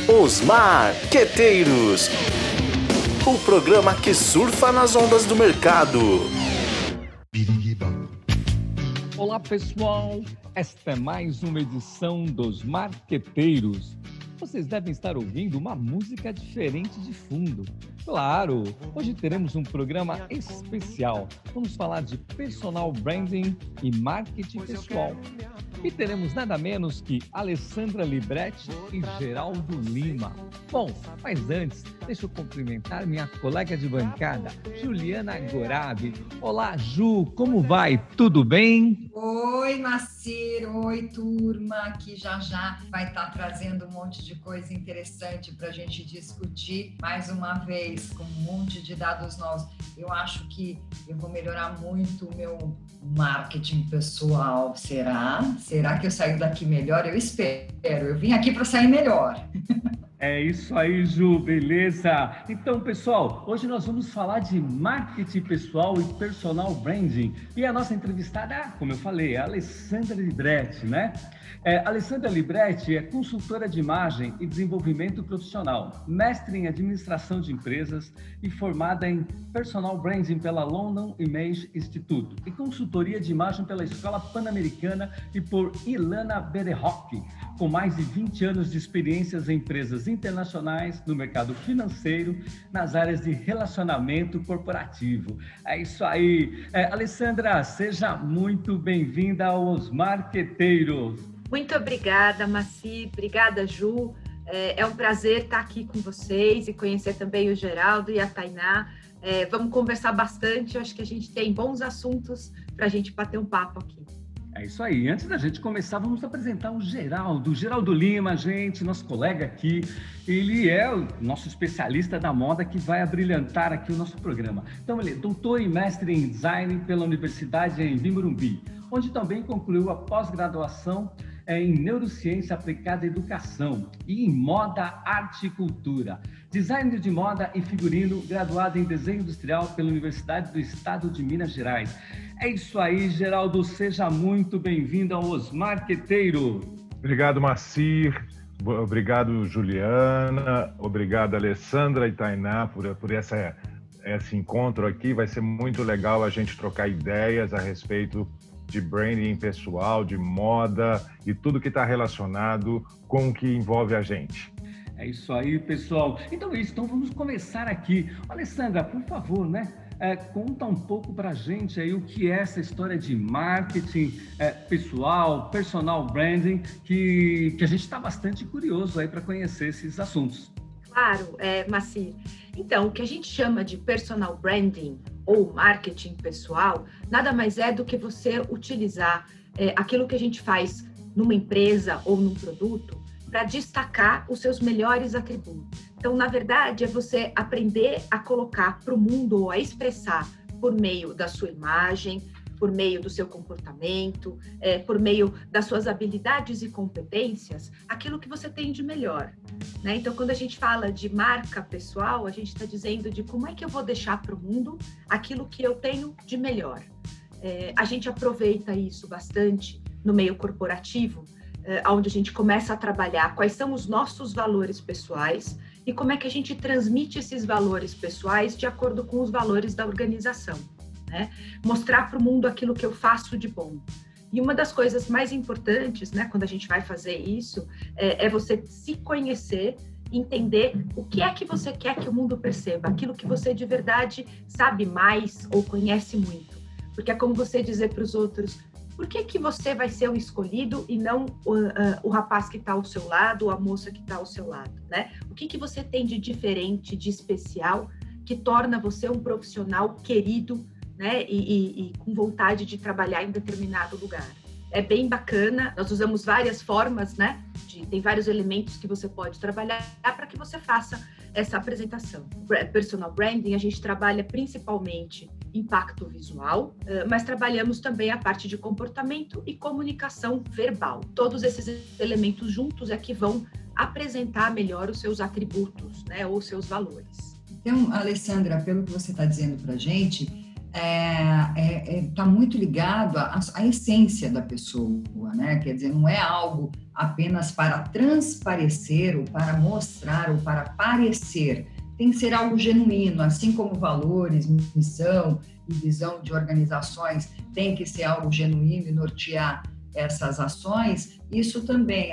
Os Marqueteiros, o programa que surfa nas ondas do mercado. Olá pessoal, esta é mais uma edição dos Marqueteiros. Vocês devem estar ouvindo uma música diferente de fundo. Claro, hoje teremos um programa especial. Vamos falar de personal branding e marketing pessoal. E teremos nada menos que Alessandra Libretti e Geraldo Lima. Bom, mas antes, deixa eu cumprimentar minha colega de bancada, Juliana Gorabi. Olá, Ju, como vai? Tudo bem? Oi, Macir. Oi, turma, que já vai estar trazendo um monte de coisa interessante para a gente discutir mais uma vez, com um monte de dados novos. Eu acho que eu vou melhorar muito o meu marketing pessoal. Será que eu saio daqui melhor? Eu espero. Eu vim aqui para sair melhor. É isso aí, Ju, beleza? Então, pessoal, hoje nós vamos falar de marketing pessoal e personal branding. E a nossa entrevistada, como eu falei, é a Alessandra Libretti, né? Alessandra Libretti é consultora de imagem e desenvolvimento profissional, mestre em administração de empresas e formada em personal branding pela London Image Institute e consultoria de imagem pela Escola Pan-Americana e por Ilana Berehok, com mais de 20 anos de experiências em empresas internacionais, no mercado financeiro, nas áreas de relacionamento corporativo. É isso aí. Alessandra, seja muito bem-vinda aos Marqueteiros. Muito obrigada, Maci. Obrigada, Ju. É um prazer estar aqui com vocês e conhecer também o Geraldo e a Tainá. Vamos conversar bastante. Eu acho que a gente tem bons assuntos para a gente bater um papo aqui. É isso aí. Antes da gente começar, vamos apresentar o Geraldo Lima, gente, nosso colega aqui. Ele é o nosso especialista da moda que vai abrilhantar aqui o nosso programa. Então, ele é doutor e mestre em design pela Universidade em Morumbi, onde também concluiu a pós-graduação em Neurociência Aplicada à Educação e em Moda, Arte e Cultura. Designer de moda e figurino, graduado em Desenho Industrial pela Universidade do Estado de Minas Gerais. É isso aí, Geraldo, seja muito bem-vindo aos Marqueteiros. Obrigado, Macir. Obrigado, Juliana. Obrigado, Alessandra e Tainá, por esse encontro aqui. Vai ser muito legal a gente trocar ideias a respeito de branding pessoal, de moda e tudo que está relacionado com o que envolve a gente. É isso aí, pessoal. Então é isso, então vamos começar aqui. Alessandra, por favor, né? Conta um pouco para a gente aí o que é essa história de marketing pessoal, personal branding, que a gente está bastante curioso aí para conhecer esses assuntos. Claro, Macir. Então, o que a gente chama de personal branding ou marketing pessoal, nada mais é do que você utilizar aquilo que a gente faz numa empresa ou num produto para destacar os seus melhores atributos. Então, na verdade, é você aprender a colocar para o mundo ou a expressar por meio da sua imagem, por meio do seu comportamento, por meio das suas habilidades e competências, aquilo que você tem de melhor, né? Então, quando a gente fala de marca pessoal, a gente está dizendo de como é que eu vou deixar para o mundo aquilo que eu tenho de melhor. A gente aproveita isso bastante no meio corporativo, onde a gente começa a trabalhar quais são os nossos valores pessoais e como é que a gente transmite esses valores pessoais de acordo com os valores da organização, né? Mostrar para o mundo aquilo que eu faço de bom. E uma das coisas mais importantes, né, quando a gente vai fazer isso, é você se conhecer, entender o que é que você quer que o mundo perceba, aquilo que você de verdade sabe mais ou conhece muito. Porque é como você dizer para os outros: por que você vai ser o escolhido e não o rapaz que está ao seu lado ou a moça que está ao seu lado, né? O que você tem de diferente, de especial, que torna você um profissional querido, né? E com vontade de trabalhar em determinado lugar. É bem bacana, nós usamos várias formas, né? Tem vários elementos que você pode trabalhar para que você faça essa apresentação. Personal branding, a gente trabalha principalmente impacto visual, mas trabalhamos também a parte de comportamento e comunicação verbal. Todos esses elementos juntos é que vão apresentar melhor os seus atributos, né, ou seus valores. Então, Alessandra, pelo que você está dizendo para a gente, está muito ligado à essência da pessoa, né? Quer dizer, não é algo apenas para transparecer, ou para mostrar, ou para parecer. Tem que ser algo genuíno, assim como valores, missão e visão de organizações tem que ser algo genuíno e nortear essas ações. Isso também,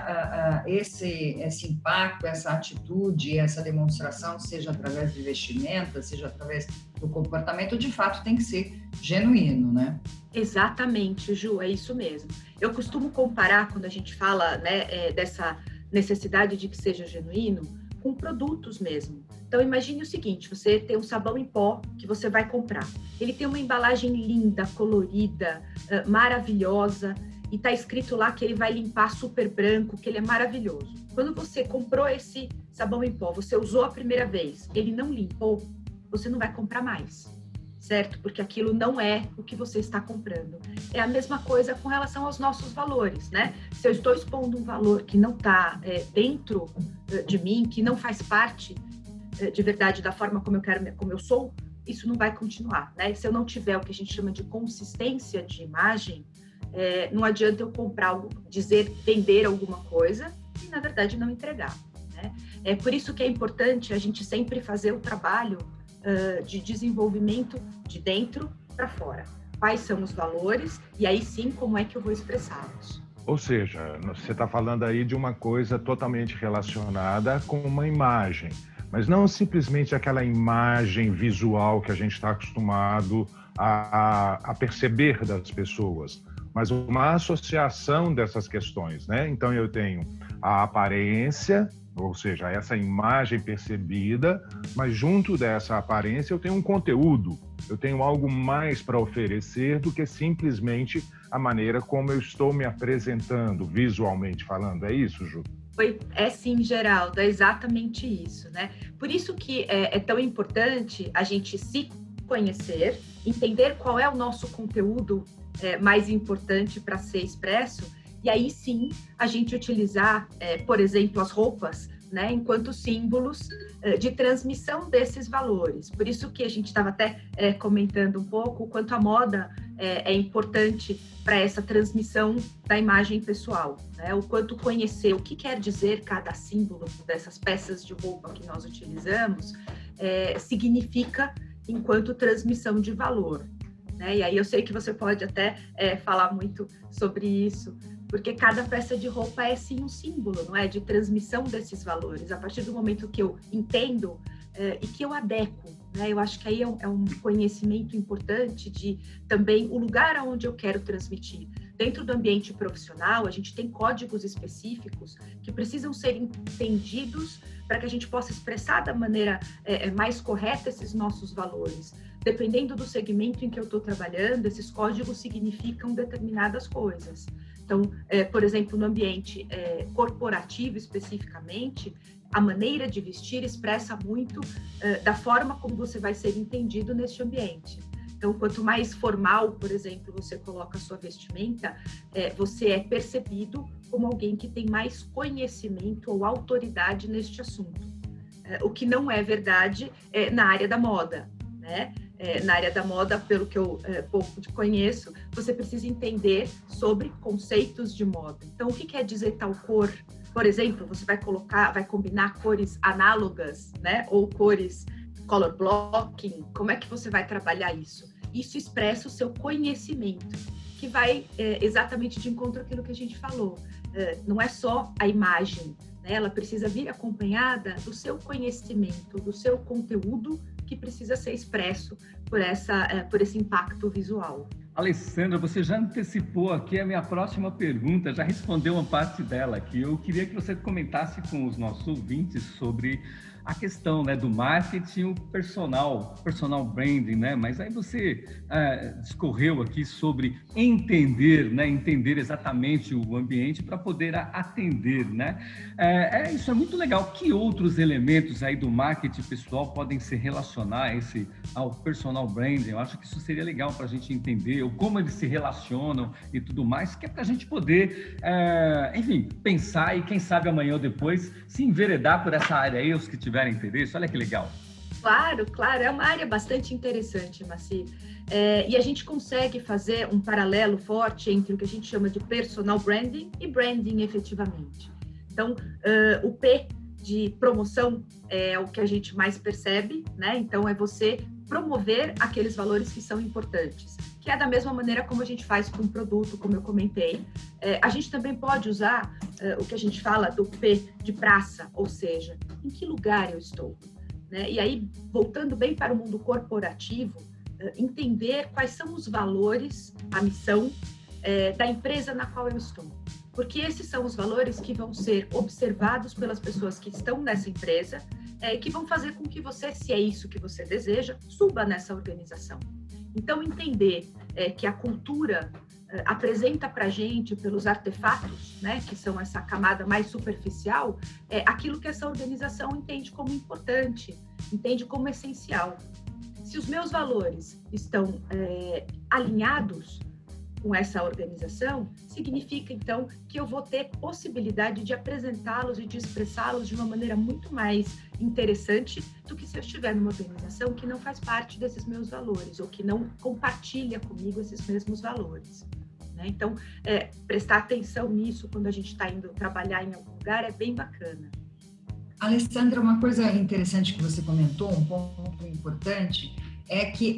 esse impacto, essa atitude, essa demonstração, seja através de vestimenta, seja através do comportamento, de fato tem que ser genuíno, né? Exatamente, Ju, é isso mesmo. Eu costumo comparar, quando a gente fala, né, dessa necessidade de que seja genuíno, com produtos mesmo. Então, imagine o seguinte, você tem um sabão em pó que você vai comprar. Ele tem uma embalagem linda, colorida, maravilhosa, e está escrito lá que ele vai limpar super branco, que ele é maravilhoso. Quando você comprou esse sabão em pó, você usou a primeira vez, ele não limpou, você não vai comprar mais, certo? Porque aquilo não é o que você está comprando. É a mesma coisa com relação aos nossos valores, né? Se eu estou expondo um valor que não está dentro de mim, que não faz parte de verdade da forma como eu sou, isso não vai continuar, né? Se eu não tiver o que a gente chama de consistência de imagem, não adianta eu comprar algo, vender alguma coisa e, na verdade, não entregar, né? É por isso que é importante a gente sempre fazer o trabalho de desenvolvimento de dentro para fora. Quais são os valores e aí sim, como é que eu vou expressá-los. Ou seja, você está falando aí de uma coisa totalmente relacionada com uma imagem, mas não simplesmente aquela imagem visual que a gente está acostumado a perceber das pessoas, mas uma associação dessas questões, né? Então, eu tenho a aparência, ou seja, essa imagem percebida, mas junto dessa aparência eu tenho um conteúdo, eu tenho algo mais para oferecer do que simplesmente a maneira como eu estou me apresentando, visualmente falando. É isso, Ju? É sim, Geraldo, é exatamente isso, né? Por isso que é tão importante a gente se conhecer, entender qual é o nosso conteúdo mais importante para ser expresso, e aí sim a gente utilizar, por exemplo, as roupas, né, enquanto símbolos de transmissão desses valores. Por isso que a gente estava até comentando um pouco o quanto a moda é importante para essa transmissão da imagem pessoal, né? O quanto conhecer o que quer dizer cada símbolo dessas peças de roupa que nós utilizamos significa enquanto transmissão de valor, né? E aí eu sei que você pode até falar muito sobre isso, porque cada peça de roupa é sim um símbolo, não é? De transmissão desses valores. A partir do momento que eu entendo e que eu adequo, né? Eu acho que aí é um conhecimento importante de também o lugar aonde eu quero transmitir. Dentro do ambiente profissional, a gente tem códigos específicos que precisam ser entendidos para que a gente possa expressar da maneira mais correta esses nossos valores. Dependendo do segmento em que eu estou trabalhando, esses códigos significam determinadas coisas. Então, por exemplo, no ambiente corporativo especificamente, a maneira de vestir expressa muito da forma como você vai ser entendido neste ambiente. Então, quanto mais formal, por exemplo, você coloca a sua vestimenta, você é percebido como alguém que tem mais conhecimento ou autoridade neste assunto. O que não é verdade na área da moda, né? Na área da moda, pelo que eu pouco conheço, você precisa entender sobre conceitos de moda. Então, o que quer dizer tal cor? Por exemplo, você vai combinar cores análogas, né? Ou cores color blocking. Como é que você vai trabalhar isso? Isso expressa o seu conhecimento, que vai exatamente de encontro àquilo que a gente falou. Não é só a imagem, né? Ela precisa vir acompanhada do seu conhecimento, do seu conteúdo, que precisa ser expresso por esse impacto visual. Alessandra, você já antecipou aqui a minha próxima pergunta, já respondeu uma parte dela aqui. Eu queria que você comentasse com os nossos ouvintes sobre a questão, né, do marketing, o personal branding, né? Mas aí você discorreu aqui sobre entender exatamente o ambiente para poder atender, né? Isso é muito legal. Que outros elementos aí do marketing pessoal podem se relacionar ao personal branding? Eu acho que isso seria legal para a gente entender como eles se relacionam e tudo mais, que é para a gente poder, pensar e quem sabe amanhã ou depois se enveredar por essa área aí, os que tiverem interesse. Olha que legal. Claro, é uma área bastante interessante, Maci. E a gente consegue fazer um paralelo forte entre o que a gente chama de personal branding e branding efetivamente. Então, o P de promoção é o que a gente mais percebe, né? Então, é você promover aqueles valores que são importantes, que é da mesma maneira como a gente faz com um produto, como eu comentei. A gente também pode usar o que a gente fala do P de praça, ou seja, em que lugar eu estou, né? E aí, voltando bem para o mundo corporativo, entender quais são os valores, a missão da empresa na qual eu estou. Porque esses são os valores que vão ser observados pelas pessoas que estão nessa empresa, que vão fazer com que você, se é isso que você deseja, suba nessa organização. Então, entender que a cultura apresenta para a gente, pelos artefatos, né, que são essa camada mais superficial, aquilo que essa organização entende como importante, entende como essencial. Se os meus valores estão alinhados com essa organização, significa, então, que eu vou ter possibilidade de apresentá-los e de expressá-los de uma maneira muito mais interessante do que se eu estiver numa organização que não faz parte desses meus valores ou que não compartilha comigo esses mesmos valores, né? Então, prestar atenção nisso quando a gente está indo trabalhar em algum lugar é bem bacana. Alessandra, uma coisa interessante que você comentou, um ponto importante, é que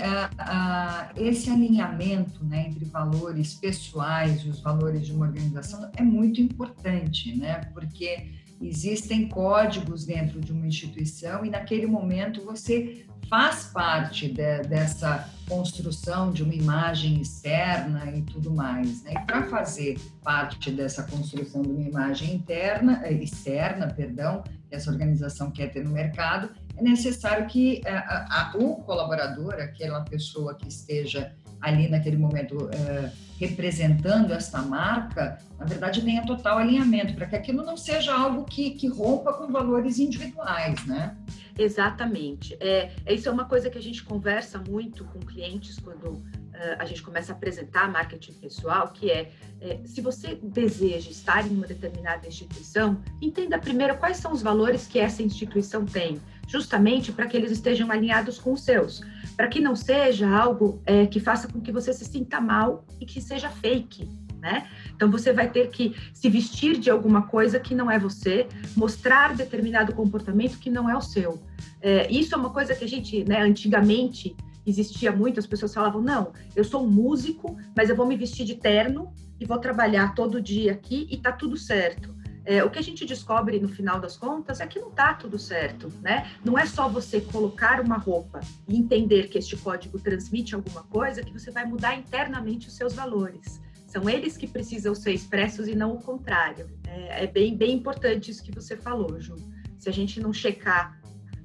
esse alinhamento, né, entre valores pessoais e os valores de uma organização é muito importante, né, porque existem códigos dentro de uma instituição e naquele momento você faz parte dessa construção de uma imagem externa e tudo mais, né? E para fazer parte dessa construção de uma imagem externa, que essa organização quer ter no mercado, é necessário que o colaborador, aquela pessoa que esteja ali naquele momento representando essa marca, na verdade tenha total alinhamento, para que aquilo não seja algo que rompa com valores individuais, né? Exatamente. Isso é uma coisa que a gente conversa muito com clientes quando a gente começa a apresentar marketing pessoal, que se você deseja estar em uma determinada instituição, entenda primeiro quais são os valores que essa instituição tem, justamente para que eles estejam alinhados com os seus, para que não seja algo que faça com que você se sinta mal e que seja fake, né? Então, você vai ter que se vestir de alguma coisa que não é você, mostrar determinado comportamento que não é o seu. Isso é uma coisa que a gente, né, antigamente existia muito, as pessoas falavam, não, eu sou um músico, mas eu vou me vestir de terno e vou trabalhar todo dia aqui e tá tudo certo. O que a gente descobre no final das contas é que não tá tudo certo, né? Não é só você colocar uma roupa e entender que este código transmite alguma coisa que você vai mudar internamente os seus valores. São eles que precisam ser expressos e não o contrário. É bem importante isso que você falou, Ju. Se a gente não checar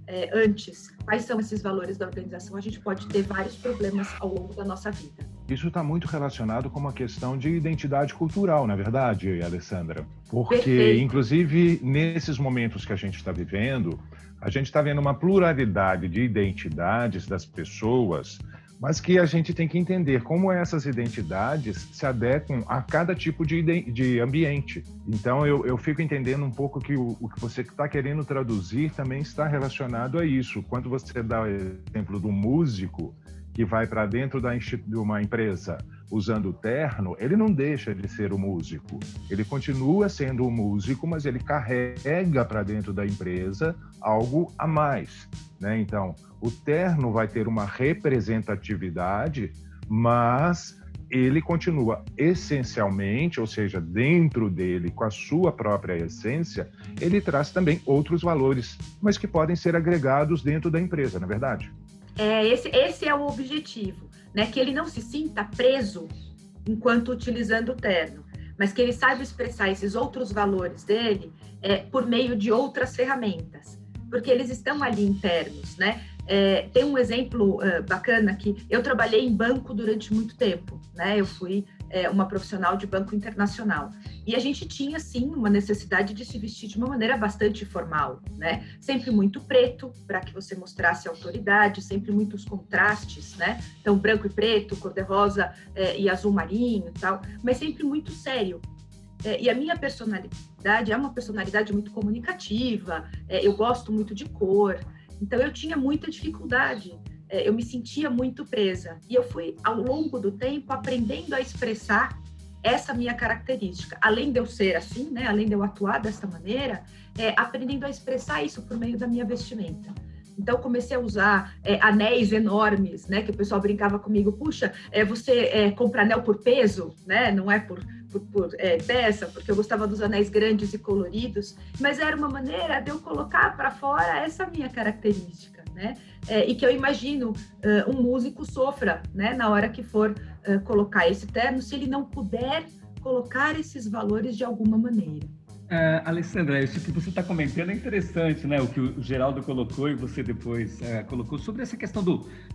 antes quais são esses valores da organização, a gente pode ter vários problemas ao longo da nossa vida. Isso está muito relacionado com uma questão de identidade cultural, não é verdade, Alessandra? Porque, Perfeito. Inclusive, nesses momentos que a gente está vivendo, a gente está vendo uma pluralidade de identidades das pessoas, mas que a gente tem que entender como essas identidades se adequam a cada tipo de ambiente. Então, eu fico entendendo um pouco que o que você está querendo traduzir também está relacionado a isso. Quando você dá o exemplo do músico que vai para dentro de uma empresa usando o terno, ele não deixa de ser o músico. Ele continua sendo o músico, mas ele carrega para dentro da empresa algo a mais, né? Então, o terno vai ter uma representatividade, mas ele continua essencialmente, ou seja, dentro dele, com a sua própria essência, ele traz também outros valores, mas que podem ser agregados dentro da empresa, não é verdade? Esse é o objetivo, né? Que ele não se sinta preso enquanto utilizando o terno, mas que ele saiba expressar esses outros valores dele por meio de outras ferramentas, porque eles estão ali internos, né? Tem um exemplo bacana que eu trabalhei em banco durante muito tempo, né? Eu fui uma profissional de banco internacional e a gente tinha, sim, uma necessidade de se vestir de uma maneira bastante formal, né? Sempre muito preto, para que você mostrasse autoridade, sempre muitos contrastes, né? Então, branco e preto, cor-de-rosa e azul marinho e tal, mas sempre muito sério. E a minha personalidade é uma personalidade muito comunicativa, eu gosto muito de cor. Então, eu tinha muita dificuldade, eu me sentia muito presa. E eu fui, ao longo do tempo, aprendendo a expressar essa minha característica. Além de eu ser assim, né, além de eu atuar dessa maneira, aprendendo a expressar isso por meio da minha vestimenta. Então, comecei a usar anéis enormes, né? Que o pessoal brincava comigo. Puxa, você compra anel por peso, né? Não é por peça, porque eu gostava dos anéis grandes e coloridos. Mas era uma maneira de eu colocar para fora essa minha característica, né? E que eu imagino um músico sofra, né? Na hora que for colocar esse terno, se ele não puder colocar esses valores de alguma maneira. Alessandra, isso que você está comentando é interessante, né? O que o Geraldo colocou e você depois colocou sobre essa questão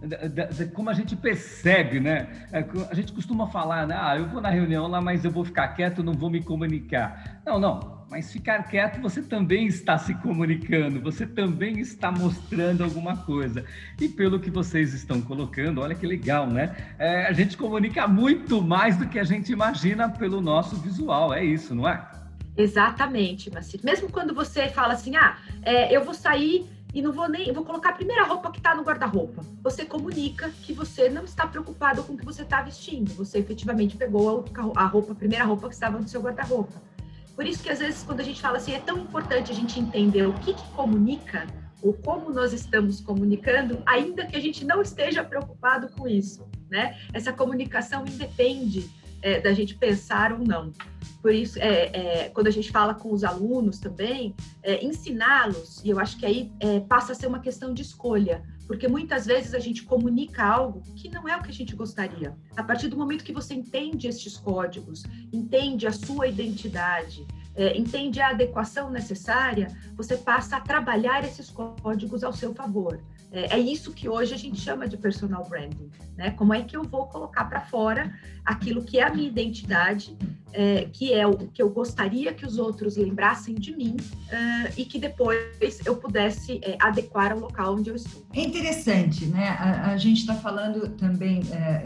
de como a gente percebe, né? A gente costuma falar, né? Eu vou na reunião lá, mas eu vou ficar quieto, não vou me comunicar. Não, mas ficar quieto você também está se comunicando, você também está mostrando alguma coisa. E pelo que vocês estão colocando, olha que legal, né? A gente comunica muito mais do que a gente imagina pelo nosso visual, é isso, não é? Exatamente, Macir. Mesmo quando você fala assim, eu vou sair e não vou vou colocar a primeira roupa que está no guarda-roupa. Você comunica que você não está preocupado com o que você está vestindo. Você efetivamente pegou a primeira roupa que estava no seu guarda-roupa. Por isso que às vezes quando a gente fala assim, é tão importante a gente entender o que comunica ou como nós estamos comunicando, ainda que a gente não esteja preocupado com isso, né? Essa comunicação independe da gente pensar ou não. Por isso, quando a gente fala com os alunos também, ensiná-los, e eu acho que aí passa a ser uma questão de escolha, porque muitas vezes a gente comunica algo que não é o que a gente gostaria. A partir do momento que você entende estes códigos, entende a sua identidade, entende a adequação necessária, você passa a trabalhar esses códigos ao seu favor. É isso que hoje a gente chama de personal branding, né? Como é que eu vou colocar para fora aquilo que é a minha identidade, que é o que eu gostaria que os outros lembrassem de mim e que depois eu pudesse adequar ao local onde eu estou. É interessante, né? A gente está falando também,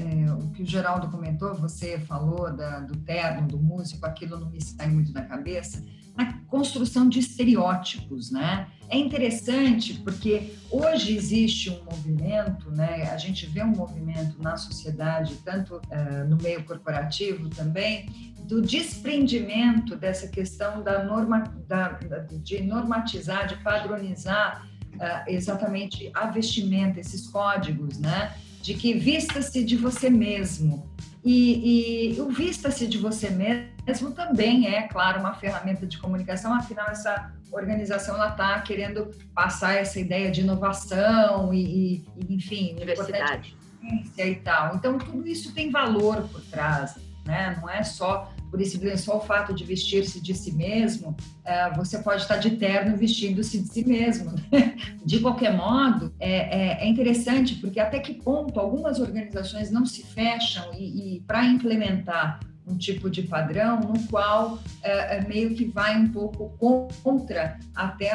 o que o Geraldo comentou, você falou do terno, do músico, aquilo não me sai muito da cabeça, na construção de estereótipos, né? É interessante porque hoje existe um movimento, né? A gente vê um movimento na sociedade, tanto no meio corporativo também, do desprendimento dessa questão de normatizar, de padronizar exatamente a vestimenta, esses códigos, né? De que vista-se de você mesmo. E o vista-se de você mesmo também é, claro, uma ferramenta de comunicação, afinal, essa organização está querendo passar essa ideia de inovação e enfim, diversidade e tal. Então, tudo isso tem valor por trás, né? Não é só só o fato de vestir-se de si mesmo, você pode estar de terno vestindo-se de si mesmo. Né? De qualquer modo, é interessante, porque até que ponto algumas organizações não se fecham e para implementar um tipo de padrão no qual meio que vai um pouco contra até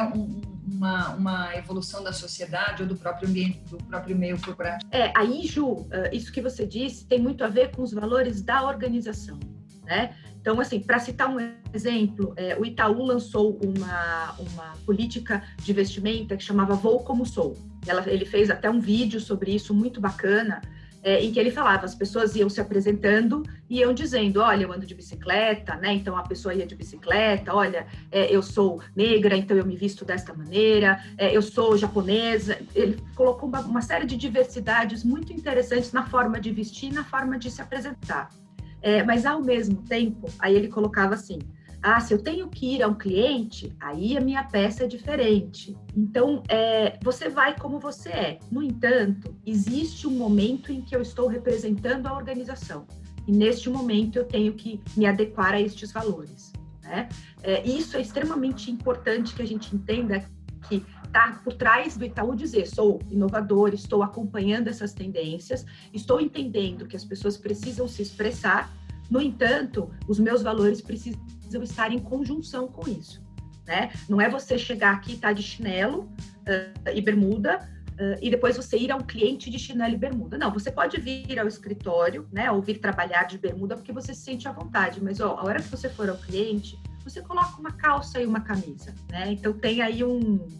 uma evolução da sociedade ou do próprio ambiente, do próprio meio corporativo. Aí, Ju, isso que você disse tem muito a ver com os valores da organização, né? Então, assim, para citar um exemplo, o Itaú lançou uma política de vestimenta que chamava Vou Como Sou. Ele fez até um vídeo sobre isso muito bacana, em que ele falava, as pessoas iam se apresentando e iam dizendo, olha, eu ando de bicicleta, né? Então a pessoa ia de bicicleta, olha, eu sou negra, então eu me visto desta maneira, eu sou japonesa. Ele colocou uma série de diversidades muito interessantes na forma de vestir e na forma de se apresentar. Mas ao mesmo tempo, aí ele colocava assim, se eu tenho que ir a um cliente, aí a minha peça é diferente. Então, você vai como você é. No entanto, existe um momento em que eu estou representando a organização. E neste momento eu tenho que me adequar a estes valores, né? Isso é extremamente importante que a gente entenda que está por trás do Itaú dizer, sou inovador, estou acompanhando essas tendências, estou entendendo que as pessoas precisam se expressar, no entanto, os meus valores precisam estar em conjunção com isso, né? Não é você chegar aqui e estar de chinelo e bermuda e depois você ir a um cliente de chinelo e bermuda. Não, você pode vir ao escritório, né, ou vir trabalhar de bermuda porque você se sente à vontade, mas a hora que você for ao cliente, você coloca uma calça e uma camisa, né? Então tem aí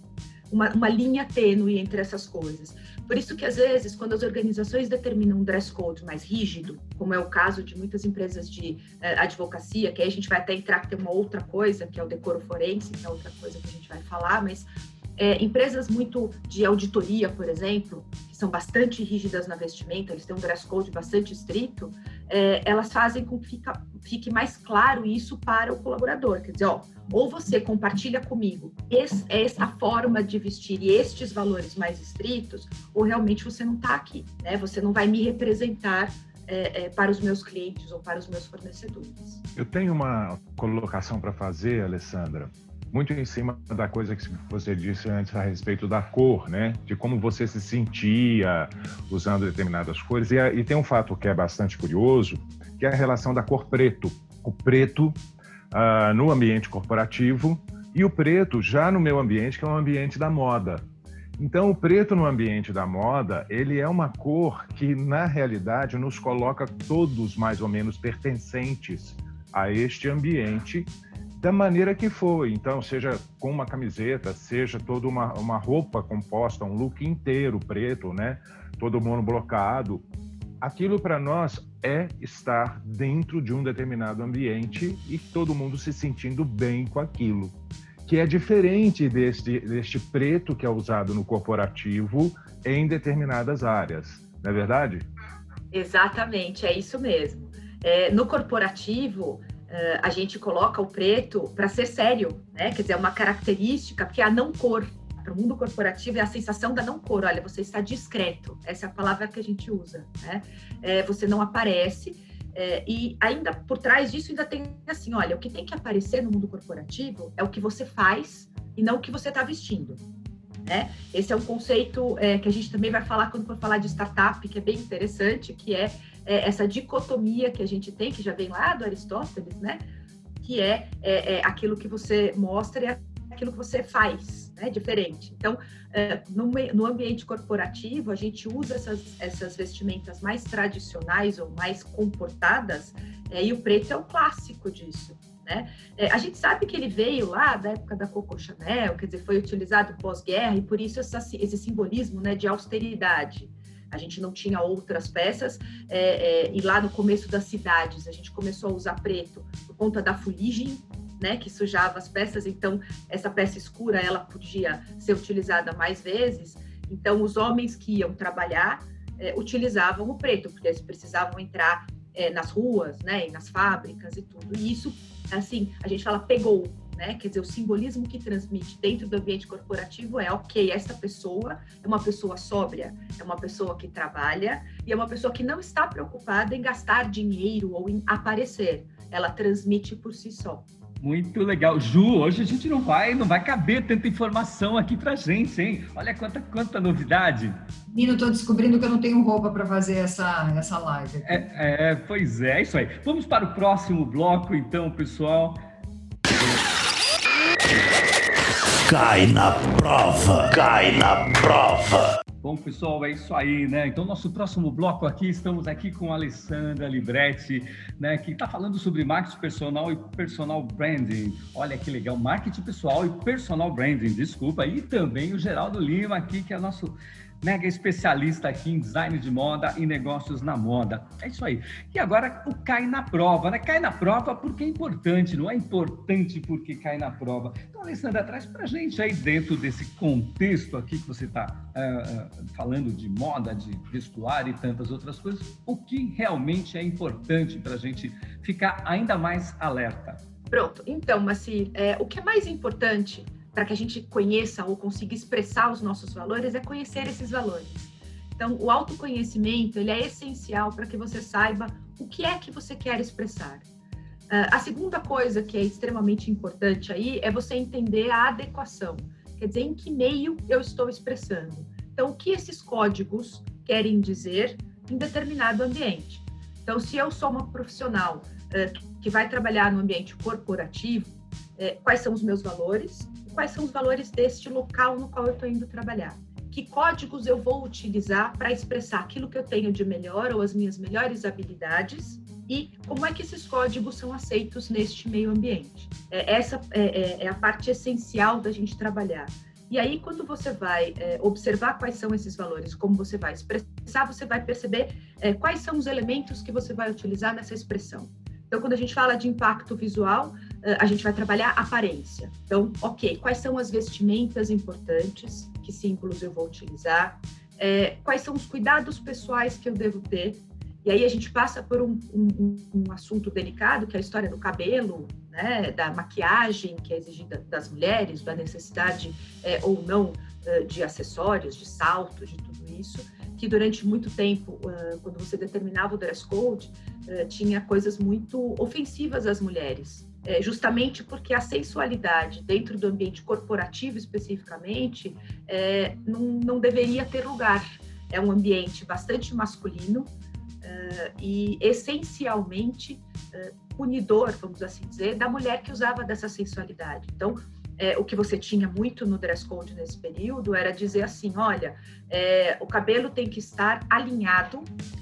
uma linha tênue entre essas coisas. Por isso que, às vezes, quando as organizações determinam um dress code mais rígido, como é o caso de muitas empresas de advocacia, que aí a gente vai até entrar que tem uma outra coisa, que é o decoro forense, que é outra coisa que a gente vai falar, mas empresas muito de auditoria, por exemplo, que são bastante rígidas na vestimenta, eles têm um dress code bastante estrito, elas fazem com que fique mais claro isso para o colaborador. Quer dizer, ou você compartilha comigo essa forma de vestir e estes valores mais estritos, ou realmente você não está aqui, né? Você não vai me representar para os meus clientes ou para os meus fornecedores. Eu tenho uma colocação para fazer, Alessandra, muito em cima da coisa que você disse antes a respeito da cor, né? De como você se sentia usando determinadas cores. E tem um fato que é bastante curioso, que é a relação da cor preto. O preto no ambiente corporativo e o preto já no meu ambiente, que é um ambiente da moda. Então, o preto no ambiente da moda, ele é uma cor que, na realidade, nos coloca todos mais ou menos pertencentes a este ambiente, da maneira que foi. Então, seja com uma camiseta, seja toda uma roupa composta, um look inteiro preto, né? Todo mundo blocado. Aquilo para nós é estar dentro de um determinado ambiente e todo mundo se sentindo bem com aquilo, que é diferente deste preto que é usado no corporativo em determinadas áreas. Não é verdade? Exatamente, é isso mesmo. No corporativo, a gente coloca o preto para ser sério, né? Quer dizer, é uma característica, porque a não cor, para o mundo corporativo, é a sensação da não cor. Olha, você está discreto, essa é a palavra que a gente usa, né? Você não aparece, e ainda por trás disso ainda tem assim, olha, o que tem que aparecer no mundo corporativo é o que você faz e não o que você está vestindo, né? Esse é um conceito que a gente também vai falar quando for falar de startup, que é bem interessante, que é essa dicotomia que a gente tem, que já vem lá do Aristóteles, né? Que é aquilo que você mostra e aquilo que você faz, né? Diferente. Então, no ambiente corporativo, a gente usa essas vestimentas mais tradicionais ou mais comportadas, e o preto é o clássico disso, né? A gente sabe que ele veio lá da época da Coco Chanel, quer dizer, foi utilizado pós-guerra, e por isso esse simbolismo, né, de austeridade. A gente não tinha outras peças, e lá no começo das cidades a gente começou a usar preto por conta da fuligem, né, que sujava as peças. Então essa peça escura ela podia ser utilizada mais vezes. Então os homens que iam trabalhar utilizavam o preto, porque eles precisavam entrar nas ruas, né, e nas fábricas e tudo. E isso, assim, a gente fala pegou, né? Quer dizer, o simbolismo que transmite dentro do ambiente corporativo ok, essa pessoa é uma pessoa sóbria, é uma pessoa que trabalha e é uma pessoa que não está preocupada em gastar dinheiro ou em aparecer. Ela transmite por si só. Muito legal. Ju, hoje a gente não vai caber tanta informação aqui pra gente, hein? Olha quanta novidade. Menino, tô descobrindo que eu não tenho roupa para fazer essa live aqui. Pois é isso aí. Vamos para o próximo bloco, então, pessoal. Cai na prova! Cai na prova! Bom, pessoal, é isso aí, né? Então, nosso próximo bloco aqui, estamos aqui com a Alessandra Libretti, né? Que está falando sobre marketing pessoal e personal branding. Olha que legal, marketing pessoal e personal branding, desculpa. E também o Geraldo Lima aqui, que é nosso mega especialista aqui em design de moda e negócios na moda. É isso aí. E agora o cai na prova, né? Cai na prova porque é importante, não é importante porque cai na prova. Então, Alessandra, traz pra gente aí dentro desse contexto aqui que você está falando de moda, de vestuário e tantas outras coisas, o que realmente é importante para a gente ficar ainda mais alerta. Pronto. Então, Maci, o que é mais importante para que a gente conheça ou consiga expressar os nossos valores é conhecer esses valores. Então, o autoconhecimento, ele é essencial para que você saiba o que é que você quer expressar. A segunda coisa que é extremamente importante aí é você entender a adequação, quer dizer, em que meio eu estou expressando. Então, o que esses códigos querem dizer em determinado ambiente. Então, se eu sou uma profissional que vai trabalhar no ambiente corporativo, quais são os meus valores? Quais são os valores deste local no qual eu estou indo trabalhar? Que códigos eu vou utilizar para expressar aquilo que eu tenho de melhor ou as minhas melhores habilidades e como é que esses códigos são aceitos neste meio ambiente? Essa é a parte essencial da gente trabalhar. E aí, quando você vai observar quais são esses valores, como você vai expressar, você vai perceber quais são os elementos que você vai utilizar nessa expressão. Então, quando a gente fala de impacto visual, a gente vai trabalhar aparência. Então, ok, quais são as vestimentas importantes, que símbolos eu vou utilizar, quais são os cuidados pessoais que eu devo ter. E aí a gente passa por um assunto delicado, que é a história do cabelo, né, da maquiagem que é exigida das mulheres, da necessidade ou não de acessórios, de salto, de tudo isso, que durante muito tempo, quando você determinava o dress code, tinha coisas muito ofensivas às mulheres, justamente porque a sensualidade dentro do ambiente corporativo especificamente não deveria ter lugar. É um ambiente bastante masculino, e essencialmente punidor, vamos assim dizer, da mulher que usava dessa sensualidade. Então, o que você tinha muito no dress code nesse período era dizer assim, olha, o cabelo tem que estar alinhado,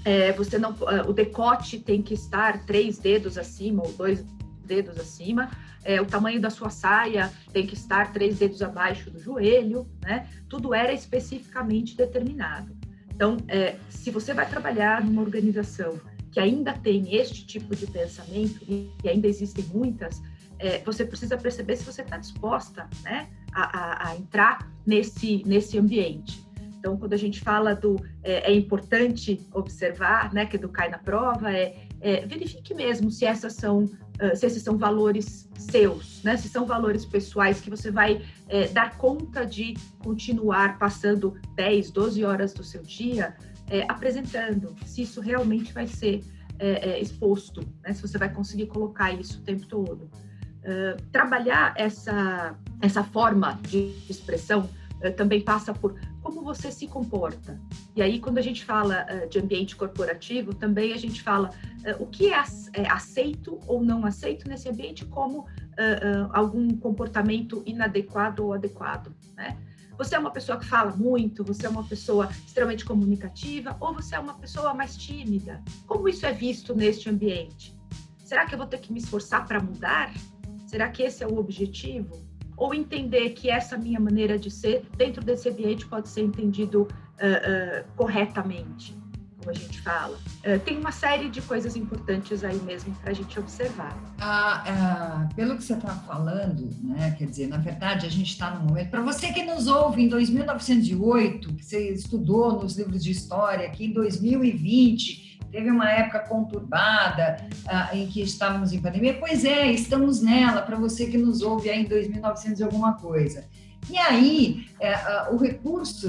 o decote tem que estar 3 dedos acima ou 2 dedos acima, o tamanho da sua saia tem que estar 3 dedos abaixo do joelho, né? Tudo era especificamente determinado. Então, se você vai trabalhar numa organização que ainda tem este tipo de pensamento, e ainda existem muitas, você precisa perceber se você está disposta, né, a entrar nesse ambiente. Então, quando a gente fala é importante observar, né, que do cai na prova, verifique mesmo se esses são valores seus, né, se são valores pessoais que você vai dar conta de continuar passando 10, 12 horas do seu dia apresentando, se isso realmente vai ser exposto, né, se você vai conseguir colocar isso o tempo todo. Trabalhar essa forma de expressão também passa por como você se comporta. E aí, quando a gente fala de ambiente corporativo, também a gente fala o que é aceito ou não aceito nesse ambiente como algum comportamento inadequado ou adequado, né? Você é uma pessoa que fala muito, você é uma pessoa extremamente comunicativa, ou você é uma pessoa mais tímida? Como isso é visto neste ambiente? Será que eu vou ter que me esforçar para mudar? Será que esse é o objetivo? Ou entender que essa minha maneira de ser dentro desse ambiente pode ser entendido corretamente, como a gente fala. Tem uma série de coisas importantes aí mesmo para a gente observar. Pelo que você está falando, né, quer dizer, na verdade a gente está no momento, para você que nos ouve em 1908, que você estudou nos livros de história, que em 2020 teve uma época conturbada em que estávamos em pandemia. Pois estamos nela, para você que nos ouve aí em 2900 e alguma coisa. E aí, o recurso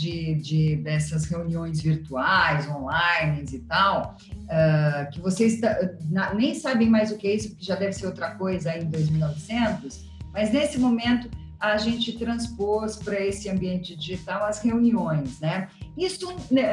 dessas reuniões virtuais, online e tal, que vocês nem sabem mais o que é isso, porque já deve ser outra coisa aí em 2900, mas nesse momento a gente transpôs para esse ambiente digital as reuniões, né? Isso,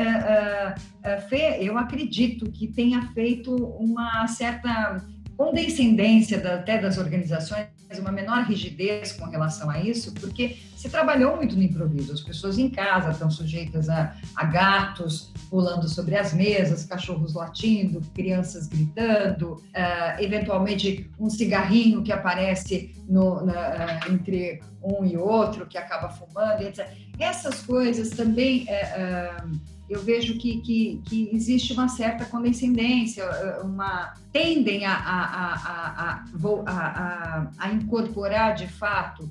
eu acredito que tenha feito uma certa condescendência até das organizações, uma menor rigidez com relação a isso, porque se trabalhou muito no improviso. As pessoas em casa estão sujeitas a gatos pulando sobre as mesas, cachorros latindo, crianças gritando, eventualmente um cigarrinho que aparece entre um e outro, que acaba fumando, etc. Essas coisas também... eu vejo que existe uma certa condescendência, tendem a incorporar de fato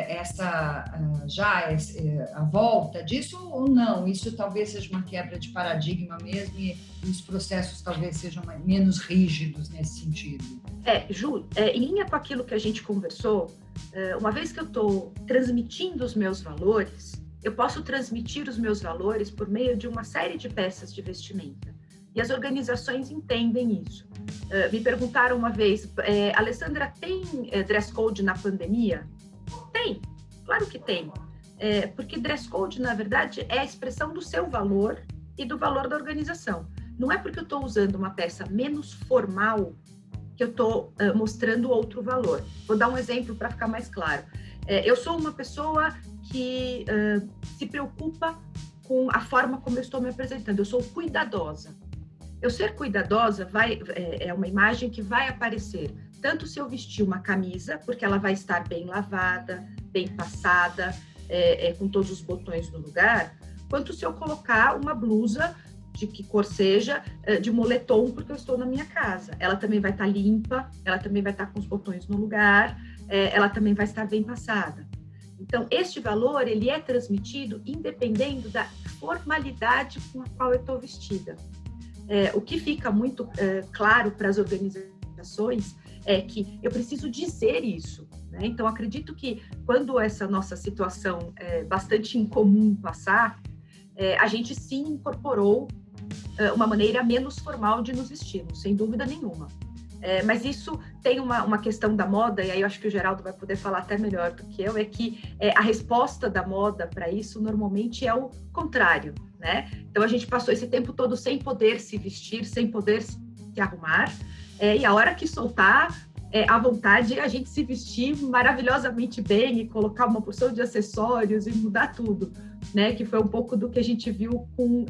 a volta disso ou não? Isso talvez seja uma quebra de paradigma mesmo e os processos talvez sejam menos rígidos nesse sentido. Ju, em linha com aquilo que a gente conversou, uma vez que eu estou transmitindo os meus valores, eu posso transmitir os meus valores por meio de uma série de peças de vestimenta. E as organizações entendem isso. Me perguntaram uma vez, Alessandra, tem dress code na pandemia? Tem, claro que tem. Porque dress code, na verdade, é a expressão do seu valor e do valor da organização. Não é porque eu estou usando uma peça menos formal que eu estou mostrando outro valor. Vou dar um exemplo para ficar mais claro. Eu sou uma pessoa que se preocupa com a forma como eu estou me apresentando. Eu sou cuidadosa. Eu ser cuidadosa é uma imagem que vai aparecer tanto se eu vestir uma camisa, porque ela vai estar bem lavada, bem passada, com todos os botões no lugar, quanto se eu colocar uma blusa de que cor seja, de moletom, porque eu estou na minha casa. Ela também vai estar limpa, ela também vai estar com os botões no lugar, ela também vai estar bem passada. Então, este valor, ele é transmitido independendo da formalidade com a qual eu estou vestida. O que fica muito claro para as organizações é que eu preciso dizer isso, né? Então, acredito que quando essa nossa situação é bastante incomum passar, a gente sim incorporou uma maneira menos formal de nos vestirmos, sem dúvida nenhuma. Mas isso tem uma questão da moda, e aí eu acho que o Geraldo vai poder falar até melhor do que eu, é que a resposta da moda para isso normalmente é o contrário, né? Então a gente passou esse tempo todo sem poder se vestir, sem poder se arrumar, e a hora que soltar à vontade a gente se vestir maravilhosamente bem e colocar uma porção de acessórios e mudar tudo, né? Que foi um pouco do que a gente viu com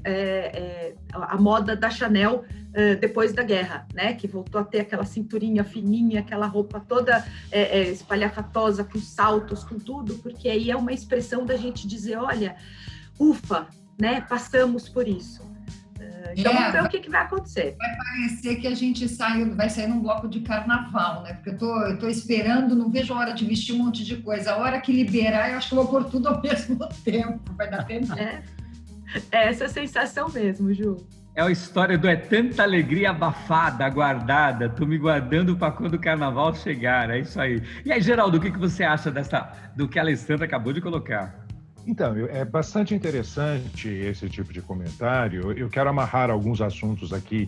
a moda da Chanel depois da guerra, né? Que voltou a ter aquela cinturinha fininha, aquela roupa toda espalhafatosa, com saltos, com tudo, porque aí é uma expressão da gente dizer, olha, ufa, né? Passamos por isso. Então, vamos ver o que vai acontecer. Vai parecer que a gente vai sair num bloco de carnaval, né? Porque eu tô esperando, não vejo a hora de vestir um monte de coisa. A hora que liberar, eu acho que eu vou pôr tudo ao mesmo tempo. Vai dar tempo. Essa sensação mesmo, Ju. É a história do tanta alegria abafada, guardada. Tô me guardando para quando o carnaval chegar. É isso aí. E aí, Geraldo, o que você acha do que a Alessandra acabou de colocar? Então, é bastante interessante esse tipo de comentário. Eu quero amarrar alguns assuntos aqui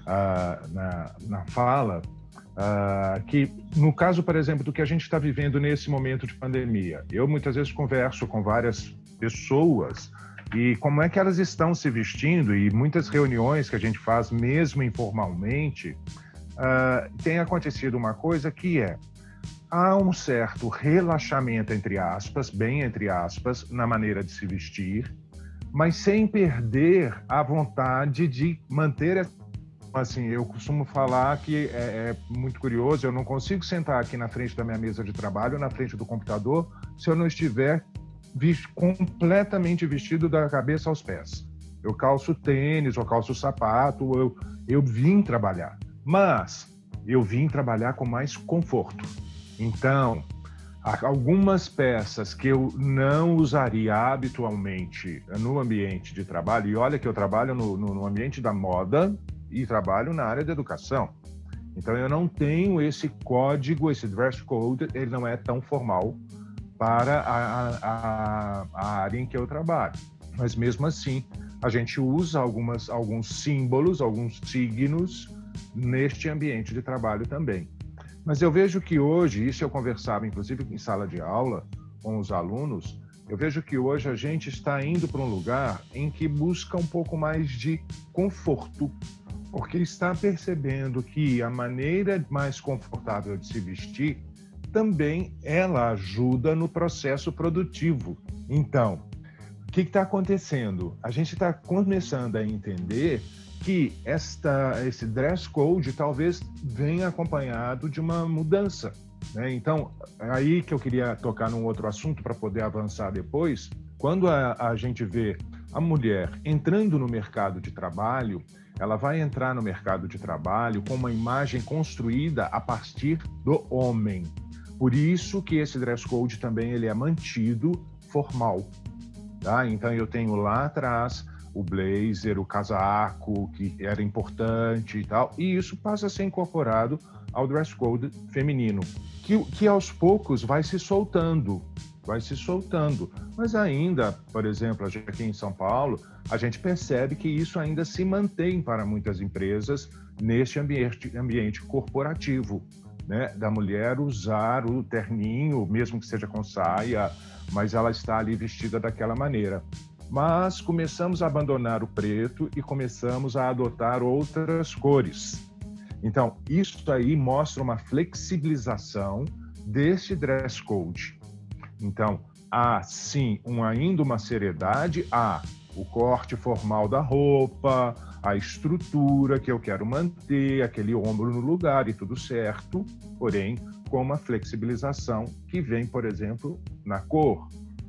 na fala, que no caso, por exemplo, do que a gente está vivendo nesse momento de pandemia. Eu muitas vezes converso com várias pessoas e como é que elas estão se vestindo, e muitas reuniões que a gente faz mesmo informalmente, tem acontecido uma coisa que há um certo relaxamento, entre aspas, bem entre aspas, na maneira de se vestir, mas sem perder a vontade de manter. Assim, eu costumo falar que é muito curioso, eu não consigo sentar aqui na frente da minha mesa de trabalho, na frente do computador, se eu não estiver completamente vestido da cabeça aos pés. Eu calço tênis, eu calço sapato, eu vim trabalhar, mas eu vim trabalhar com mais conforto. Então, algumas peças que eu não usaria habitualmente no ambiente de trabalho, e olha que eu trabalho no ambiente da moda e trabalho na área da educação. Então, eu não tenho esse código, esse dress code, ele não é tão formal para a área em que eu trabalho. Mas, mesmo assim, a gente usa alguns símbolos, alguns signos neste ambiente de trabalho também. Mas eu vejo que hoje, isso eu conversava inclusive em sala de aula com os alunos, eu vejo que hoje a gente está indo para um lugar em que busca um pouco mais de conforto, porque está percebendo que a maneira mais confortável de se vestir também ela ajuda no processo produtivo. Então, o que está acontecendo? A gente está começando a entender que esse dress code talvez venha acompanhado de uma mudança, né? Então, aí que eu queria tocar num outro assunto para poder avançar depois. Quando a gente vê a mulher entrando no mercado de trabalho, ela vai entrar no mercado de trabalho com uma imagem construída a partir do homem. Por isso que esse dress code também ele é mantido formal, tá? Então, eu tenho lá atrás o blazer, o casaco, que era importante e tal, e isso passa a ser incorporado ao dress code feminino, que aos poucos vai se soltando, mas ainda, por exemplo, aqui em São Paulo, a gente percebe que isso ainda se mantém para muitas empresas neste ambiente corporativo, né? Da mulher usar o terninho, mesmo que seja com saia, mas ela está ali vestida daquela maneira. Mas começamos a abandonar o preto e começamos a adotar outras cores. Então, isso aí mostra uma flexibilização deste dress code. Então, há sim ainda uma seriedade, há o corte formal da roupa, a estrutura que eu quero manter, aquele ombro no lugar e tudo certo, porém com uma flexibilização que vem, por exemplo, na cor.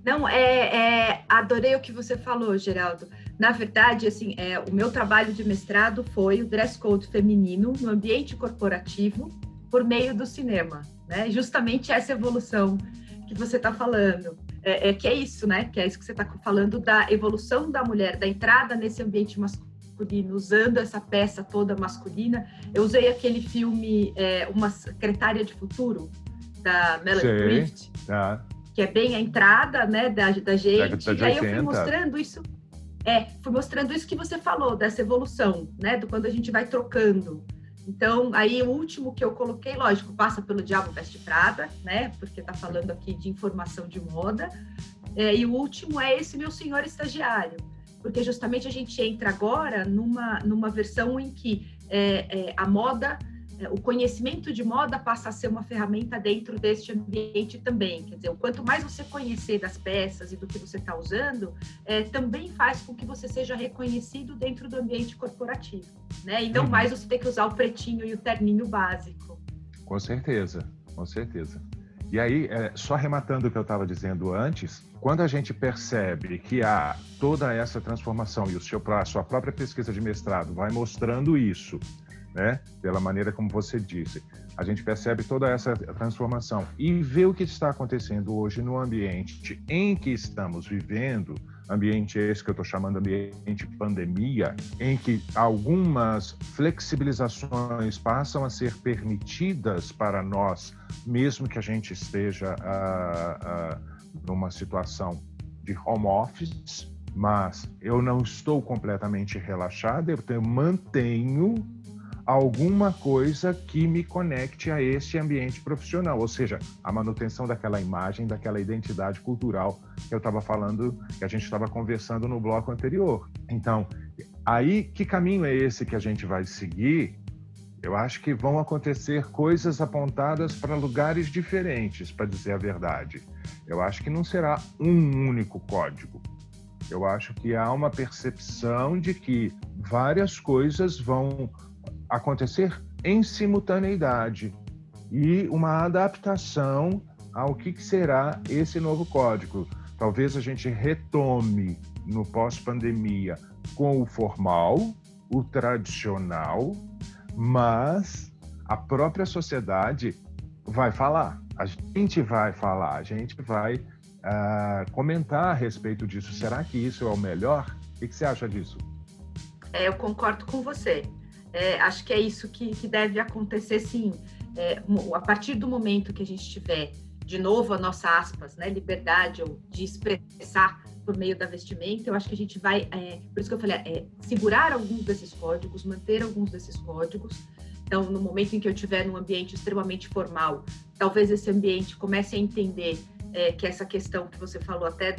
Não, adorei o que você falou, Geraldo. Na verdade, assim, o meu trabalho de mestrado foi o dress code feminino no ambiente corporativo por meio do cinema, né? Justamente essa evolução que você está falando. Que é isso, né? Que é isso que você está falando da evolução da mulher, da entrada nesse ambiente masculino, usando essa peça toda masculina. Eu usei aquele filme Uma Secretária de Futuro, da Melanie Griffith, que é bem a entrada, né, da gente. E aí eu fui mostrando isso. Fui mostrando isso que você falou, dessa evolução, né? Do quando a gente vai trocando. Então, aí o último que eu coloquei, lógico, passa pelo Diabo Veste Prada, né? Porque tá falando aqui de informação de moda. E o último é esse Meu Senhor Estagiário. Porque justamente a gente entra agora numa versão em que a moda, o conhecimento de moda passa a ser uma ferramenta dentro deste ambiente também. Quer dizer, o quanto mais você conhecer das peças e do que você está usando, também faz com que você seja reconhecido dentro do ambiente corporativo, né? E não mais você ter que usar o pretinho e o terninho básico. Com certeza, com certeza. E aí, só arrematando o que eu estava dizendo antes, quando a gente percebe que há toda essa transformação e a sua própria pesquisa de mestrado vai mostrando isso, né? Pela maneira como você disse, a gente percebe toda essa transformação e vê o que está acontecendo hoje no ambiente em que estamos vivendo, ambiente esse que eu estou chamando de ambiente pandemia, em que algumas flexibilizações passam a ser permitidas para nós, mesmo que a gente esteja numa situação de home office, mas eu não estou completamente relaxado, eu mantenho alguma coisa que me conecte a esse ambiente profissional, ou seja, a manutenção daquela imagem, daquela identidade cultural que eu estava falando, que a gente estava conversando no bloco anterior. Então, aí, que caminho é esse que a gente vai seguir? Eu acho que vão acontecer coisas apontadas para lugares diferentes, para dizer a verdade. Eu acho que não será um único código. Eu acho que há uma percepção de que várias coisas vão acontecer em simultaneidade e uma adaptação ao que será esse novo código. Talvez a gente retome no pós-pandemia com o formal, o tradicional, mas a própria sociedade vai falar, a gente vai falar, a gente vai comentar a respeito disso. Será que isso é o melhor? O que você acha disso? Eu concordo com você. Acho que é isso que deve acontecer, sim. A partir do momento que a gente tiver, de novo, a nossa aspas, né, liberdade ou de expressar por meio da vestimenta, eu acho que a gente vai, por isso que eu falei, segurar alguns desses códigos, manter alguns desses códigos. Então, no momento em que eu estiver num ambiente extremamente formal, talvez esse ambiente comece a entender que essa questão que você falou até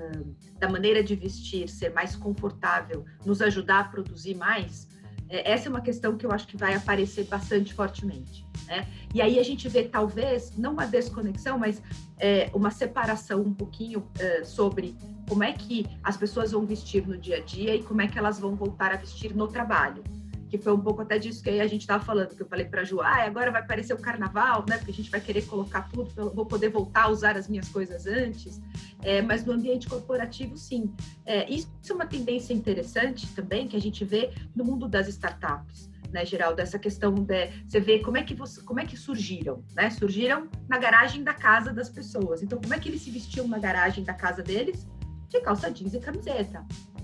da maneira de vestir ser mais confortável, nos ajudar a produzir mais. Essa é uma questão que eu acho que vai aparecer bastante fortemente, né? E aí a gente vê, talvez, não uma desconexão, mas uma separação um pouquinho sobre como é que as pessoas vão vestir no dia a dia e como é que elas vão voltar a vestir no trabalho. Que foi um pouco até disso que a gente estava falando, que eu falei para a Ju, agora vai aparecer o carnaval, né? Porque a gente vai querer colocar tudo, eu vou poder voltar a usar as minhas coisas antes. Mas no ambiente corporativo, sim. Isso é uma tendência interessante também, que a gente vê no mundo das startups, né, Geraldo? Essa questão você vê como é que surgiram, né? Surgiram na garagem da casa das pessoas. Então, como é que eles se vestiam na garagem da casa deles? De calça jeans e camiseta.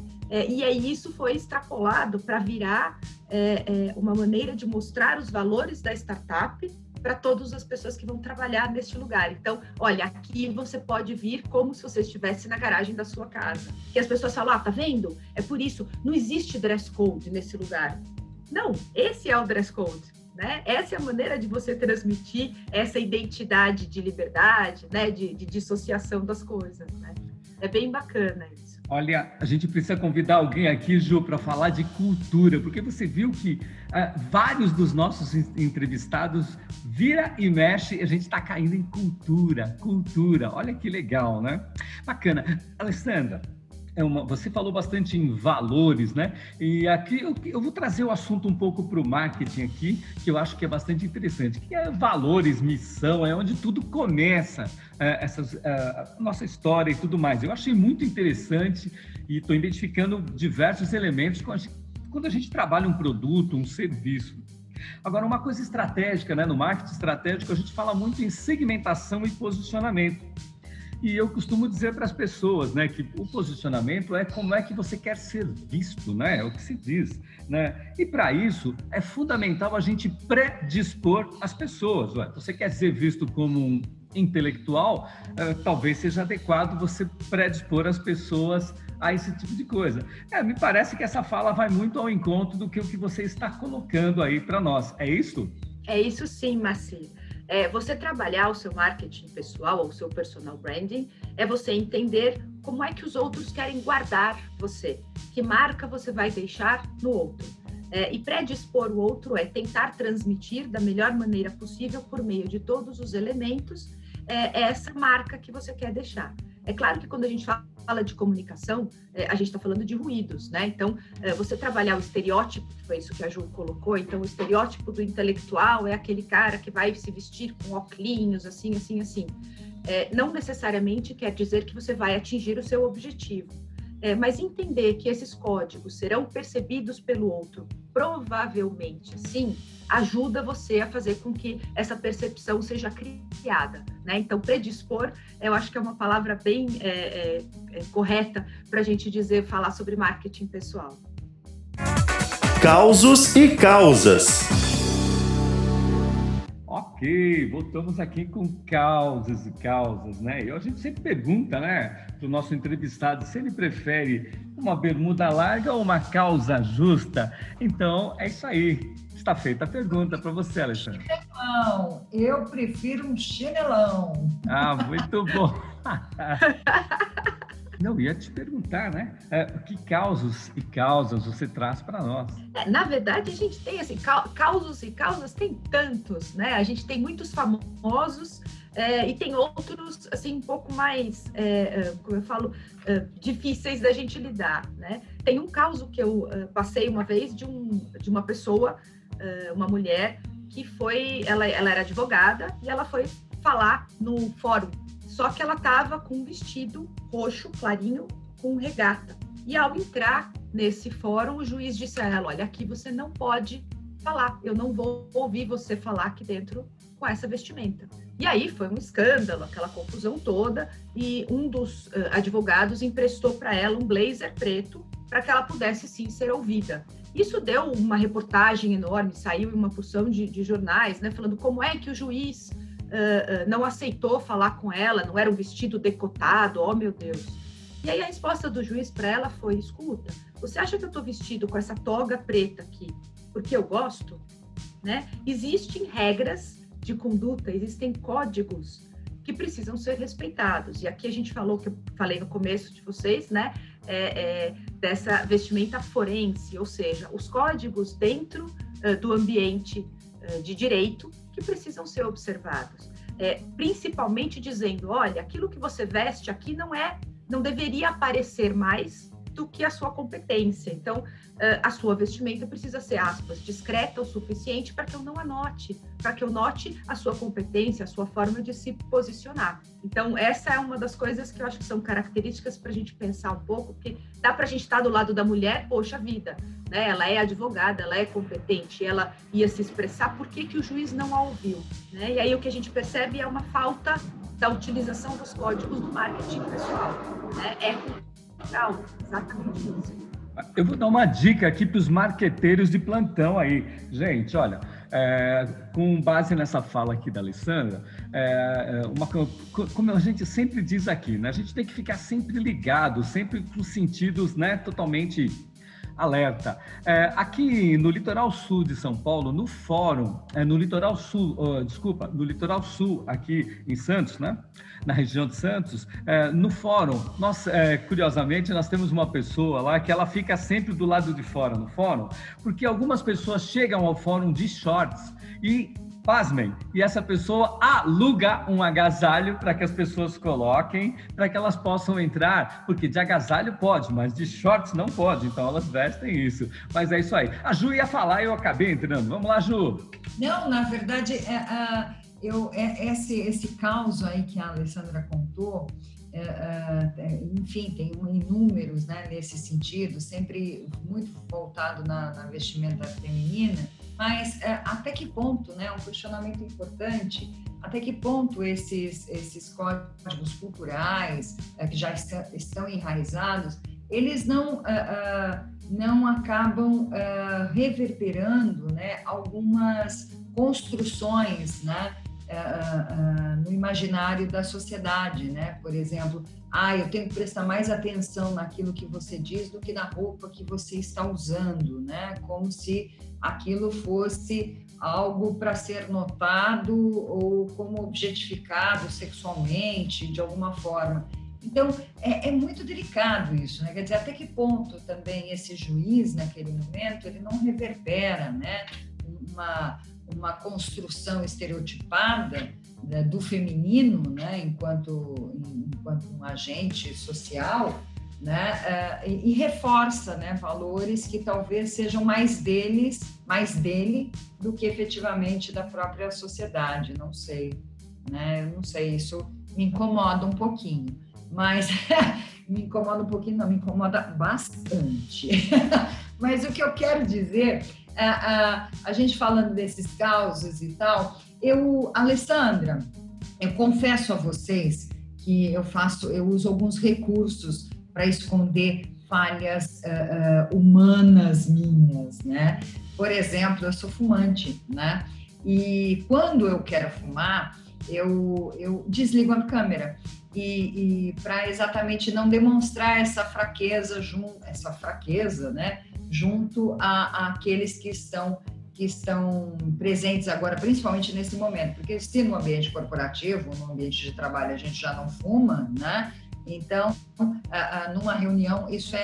E aí isso foi extrapolado para virar uma maneira de mostrar os valores da startup para todas as pessoas que vão trabalhar neste lugar. Então, olha, aqui você pode vir como se você estivesse na garagem da sua casa. E as pessoas falam, tá vendo? É por isso, não existe dress code nesse lugar. Não, esse é o dress code, né? Essa é a maneira de você transmitir essa identidade de liberdade, né? De dissociação das coisas, né? É bem bacana isso. Olha, a gente precisa convidar alguém aqui, Ju, para falar de cultura, porque você viu que vários dos nossos entrevistados vira e mexe, a gente está caindo em cultura. Olha que legal, né? Bacana. Alessandra, Você falou bastante em valores, né? E aqui eu vou trazer o assunto um pouco para o marketing aqui, que eu acho que é bastante interessante, que é valores, missão, é onde tudo começa, nossa história e tudo mais. Eu achei muito interessante e estou identificando diversos elementos quando a gente trabalha um produto, um serviço. Agora, uma coisa estratégica, né? No marketing estratégico, a gente fala muito em segmentação e posicionamento. E eu costumo dizer para as pessoas, né, que o posicionamento é como é que você quer ser visto, né? É o que se diz, né? E para isso é fundamental a gente predispor as pessoas. Ué, você quer ser visto como um intelectual, talvez seja adequado você predispor as pessoas a esse tipo de coisa. Me parece que essa fala vai muito ao encontro do que o que você está colocando aí para nós. É isso? É isso sim, Marci. Você trabalhar o seu marketing pessoal ou o seu personal branding é você entender como é que os outros querem guardar você, que marca você vai deixar no outro. E predispor o outro é tentar transmitir da melhor maneira possível, por meio de todos os elementos, essa marca que você quer deixar. É claro que quando a gente fala de comunicação, a gente está falando de ruídos, né? Então, você trabalhar o estereótipo, que foi isso que a Ju colocou, então o estereótipo do intelectual é aquele cara que vai se vestir com óculos, assim, assim, assim. Não necessariamente quer dizer que você vai atingir o seu objetivo. Mas entender que esses códigos serão percebidos pelo outro, provavelmente sim, ajuda você a fazer com que essa percepção seja criada, né? Então, predispor, eu acho que é uma palavra bem correta para a gente falar sobre marketing pessoal. Causos e causas. Ok, voltamos aqui com causas e causas, né? E a gente sempre pergunta, né, para o nosso entrevistado se ele prefere uma bermuda larga ou uma calça justa. Então, é isso aí. Está feita a pergunta para você, Alexandre. Chinelão. Eu prefiro um chinelão. Muito bom. Não, ia te perguntar, né? Que causos e causas você traz para nós? Na verdade, a gente tem, assim, causos e causas tem tantos, né? A gente tem muitos famosos e tem outros, assim, um pouco mais, como eu falo, difíceis da gente lidar, né? Tem um caso que eu passei uma vez de uma pessoa, uma mulher, que ela era advogada e ela foi falar no fórum. Só que ela estava com um vestido roxo, clarinho, com regata. E ao entrar nesse fórum, o juiz disse a ela, olha, aqui você não pode falar, eu não vou ouvir você falar aqui dentro com essa vestimenta. E aí foi um escândalo, aquela confusão toda, e um dos advogados emprestou para ela um blazer preto para que ela pudesse sim ser ouvida. Isso deu uma reportagem enorme, saiu em uma porção de jornais, né, falando como é que o juiz não aceitou falar com ela, não era um vestido decotado, oh meu Deus. E aí a resposta do juiz para ela foi, escuta, você acha que eu estou vestido com essa toga preta aqui porque eu gosto? Né? Existem regras de conduta, existem códigos que precisam ser respeitados. E aqui a gente falou, que eu falei no começo de vocês, né, dessa vestimenta forense, ou seja, os códigos dentro do ambiente de direito que precisam ser observados. Principalmente dizendo, olha, aquilo que você veste aqui não deveria aparecer mais do que a sua competência. Então, a sua vestimenta precisa ser, aspas, discreta o suficiente para que eu não anote, para que eu note a sua competência, a sua forma de se posicionar. Então, essa é uma das coisas que eu acho que são características para a gente pensar um pouco, porque dá para a gente estar do lado da mulher, poxa vida, né? Ela é advogada, ela é competente, ela ia se expressar, por que o juiz não a ouviu? Né? E aí o que a gente percebe é uma falta da utilização dos códigos do marketing pessoal. Né? Exatamente isso. Eu vou dar uma dica aqui para os marqueteiros de plantão aí. Gente, olha, com base nessa fala aqui da Alessandra, como a gente sempre diz aqui, né, a gente tem que ficar sempre ligado, sempre com sentidos, né, totalmente alerta. Aqui no litoral sul de São Paulo, no fórum, no litoral sul, aqui em Santos, né? Na região de Santos, no fórum, nós, curiosamente, nós temos uma pessoa lá que ela fica sempre do lado de fora no fórum, porque algumas pessoas chegam ao fórum de shorts e pasmem, e essa pessoa aluga um agasalho para que as pessoas coloquem, para que elas possam entrar, porque de agasalho pode, mas de shorts não pode, então elas vestem isso. Mas é isso aí. A Ju ia falar e eu acabei entrando. Vamos lá, Ju. Não, na verdade, esse caos aí que a Alessandra contou, enfim, tem inúmeros, né, nesse sentido, sempre muito voltado na vestimenta feminina, mas até que ponto, né, um questionamento importante, até que ponto esses códigos culturais que já estão enraizados, eles não acabam reverberando, né, algumas construções, né, no imaginário da sociedade, né? Por exemplo, eu tenho que prestar mais atenção naquilo que você diz do que na roupa que você está usando, né? Como se aquilo fosse algo para ser notado ou como objetificado sexualmente, de alguma forma. Então, é muito delicado isso, né? Quer dizer, até que ponto também esse juiz, naquele momento, ele não reverbera, né, uma construção estereotipada, né, do feminino, né, enquanto um agente social, né, e reforça, né, valores que talvez sejam mais dele, do que efetivamente da própria sociedade. Não sei, né? Eu não sei, isso me incomoda um pouquinho. Mas me incomoda um pouquinho, não, me incomoda bastante. Mas o que eu quero dizer, a gente falando desses causos e tal, Alessandra, eu confesso a vocês que eu uso alguns recursos para esconder falhas humanas minhas, né? Por exemplo, eu sou fumante, né? E quando eu quero fumar, eu desligo a câmera. E para exatamente não demonstrar essa fraqueza, né, junto àqueles que estão presentes agora, principalmente nesse momento, porque se no ambiente corporativo, no ambiente de trabalho, a gente já não fuma, né? Então, numa reunião, isso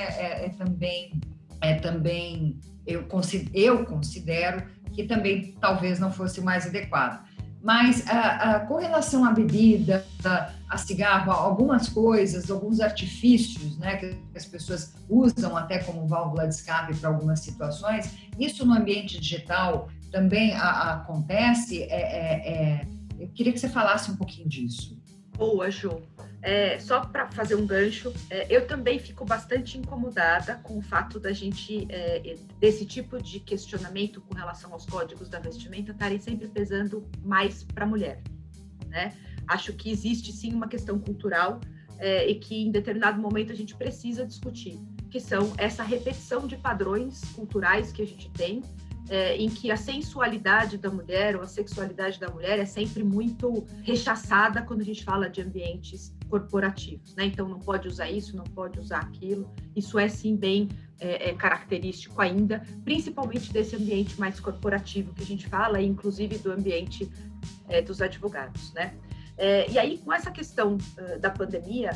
também eu considero que também talvez não fosse mais adequado. Mas com relação à bebida, a cigarro, algumas coisas, alguns artifícios, né, que as pessoas usam até como válvula de escape para algumas situações, isso no ambiente digital também acontece. Eu queria que você falasse um pouquinho disso. Boa, Ju. Só para fazer um gancho, eu também fico bastante incomodada com o fato da gente, desse tipo de questionamento com relação aos códigos da vestimenta estarem sempre pesando mais para a mulher, né? Acho que existe sim uma questão cultural e que em determinado momento a gente precisa discutir, que são essa repetição de padrões culturais que a gente tem, em que a sensualidade da mulher ou a sexualidade da mulher é sempre muito rechaçada quando a gente fala de ambientes corporativos, né? Então, não pode usar isso, não pode usar aquilo. Isso é, sim, bem característico ainda, principalmente desse ambiente mais corporativo que a gente fala, inclusive do ambiente dos advogados, né? E aí, com essa questão da pandemia,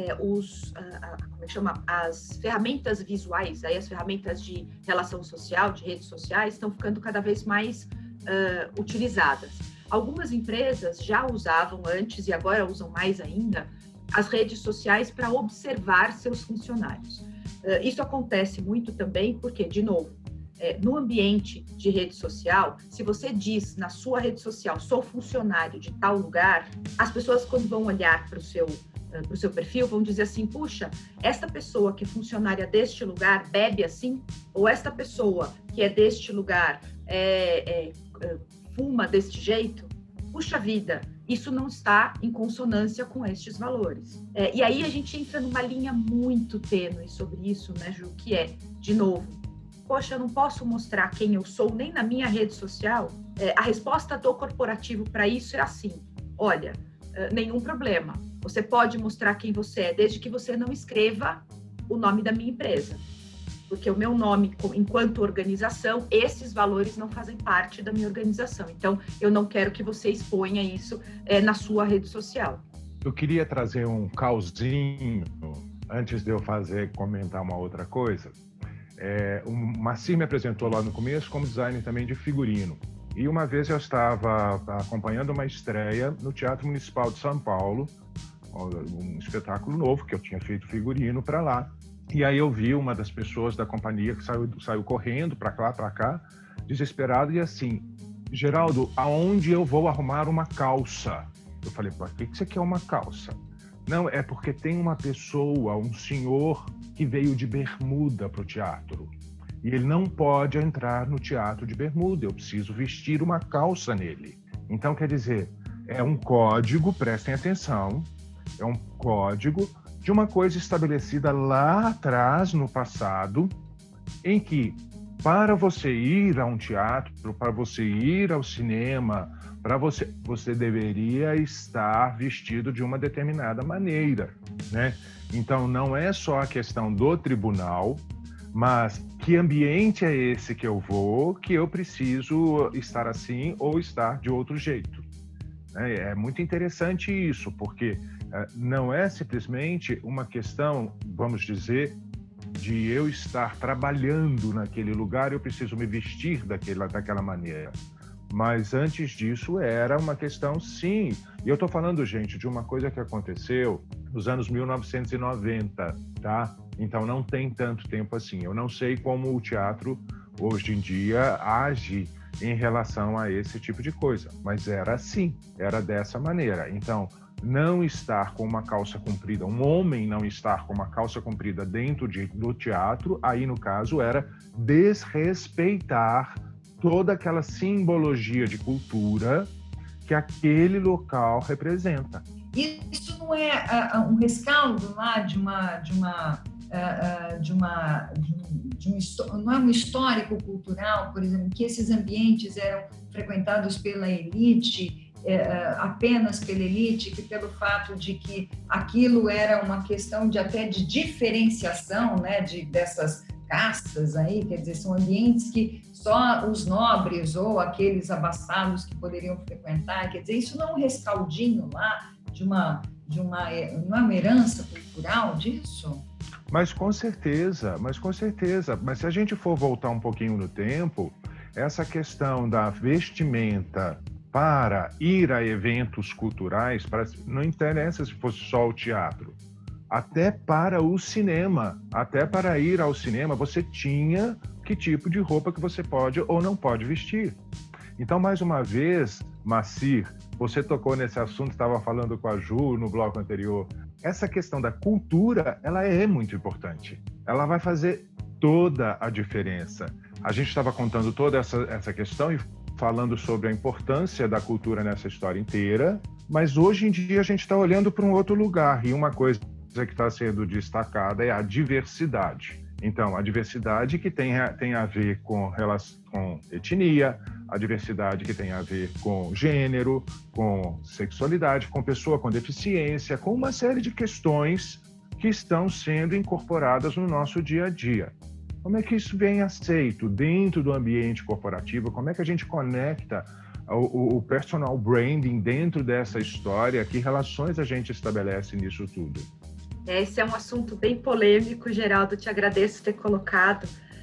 as ferramentas visuais, aí as ferramentas de relação social, de redes sociais, estão ficando cada vez mais utilizadas. Algumas empresas já usavam antes e agora usam mais ainda as redes sociais para observar seus funcionários. Isso acontece muito também porque, de novo, no ambiente de rede social, se você diz na sua rede social, sou funcionário de tal lugar, as pessoas, quando vão olhar para o seu perfil, vão dizer assim, puxa, esta pessoa que é funcionária deste lugar bebe assim? Ou esta pessoa que é deste lugar fuma deste jeito? Puxa vida, isso não está em consonância com estes valores. E aí a gente entra numa linha muito tênue sobre isso, né, Ju, que é, de novo, poxa, eu não posso mostrar quem eu sou nem na minha rede social? A resposta do corporativo para isso é assim, olha, nenhum problema. Você pode mostrar quem você é, desde que você não escreva o nome da minha empresa. Porque o meu nome, enquanto organização, esses valores não fazem parte da minha organização. Então, eu não quero que você exponha isso na sua rede social. Eu queria trazer um causinho, antes de eu comentar uma outra coisa. O Macir me apresentou lá no começo como designer também de figurino. E uma vez eu estava acompanhando uma estreia no Teatro Municipal de São Paulo, um espetáculo novo, que eu tinha feito figurino para lá. E aí eu vi uma das pessoas da companhia que saiu correndo para lá, para cá, desesperado, e assim, Geraldo, aonde eu vou arrumar uma calça? Eu falei, por que você quer uma calça? Não, é porque tem uma pessoa, um senhor, que veio de bermuda para o teatro. E ele não pode entrar no teatro de bermuda, eu preciso vestir uma calça nele. Então, quer dizer, é um código, prestem atenção, é um código de uma coisa estabelecida lá atrás, no passado, em que, para você ir a um teatro, para você ir ao cinema, você deveria estar vestido de uma determinada maneira, né? Então, não é só a questão do tribunal, mas que ambiente é esse que eu vou, que eu preciso estar assim ou estar de outro jeito. É muito interessante isso, porque não é simplesmente uma questão, vamos dizer, de eu estar trabalhando naquele lugar, eu preciso me vestir daquela maneira. Mas antes disso era uma questão, sim. E eu estou falando, gente, de uma coisa que aconteceu nos anos 1990, tá? Então não tem tanto tempo assim. Eu não sei como o teatro hoje em dia age em relação a esse tipo de coisa, mas era assim, era dessa maneira. Então, não estar com uma calça comprida, um homem não estar com uma calça comprida dentro do teatro, aí no caso era desrespeitar toda aquela simbologia de cultura que aquele local representa. Isso não é um rescaldo lá não é um histórico cultural, por exemplo, que esses ambientes eram frequentados pela elite, apenas pela elite, que pelo fato de que aquilo era uma questão até de diferenciação, né, dessas castas aí, quer dizer, são ambientes que só os nobres ou aqueles abassados que poderiam frequentar, quer dizer, isso não é um rescaldinho lá não é uma herança cultural disso? Mas com certeza. Mas se a gente for voltar um pouquinho no tempo, essa questão da vestimenta para ir a eventos culturais, não interessa se fosse só o teatro, até para o cinema, até para ir ao cinema, você tinha que tipo de roupa que você pode ou não pode vestir. Então, mais uma vez, Macir, você tocou nesse assunto, estava falando com a Ju no bloco anterior. Essa questão da cultura, ela é muito importante. Ela vai fazer toda a diferença. A gente estava contando toda essa questão e falando sobre a importância da cultura nessa história inteira, mas hoje em dia a gente está olhando para um outro lugar, e uma coisa que está sendo destacada é a diversidade. Então, a diversidade que tem a ver com etnia, a diversidade que tem a ver com gênero, com sexualidade, com pessoa com deficiência, com uma série de questões que estão sendo incorporadas no nosso dia a dia. Como é que isso vem aceito dentro do ambiente corporativo? Como é que a gente conecta o personal branding dentro dessa história? Que relações a gente estabelece nisso tudo? Esse é um assunto bem polêmico, Geraldo, te agradeço ter colocado,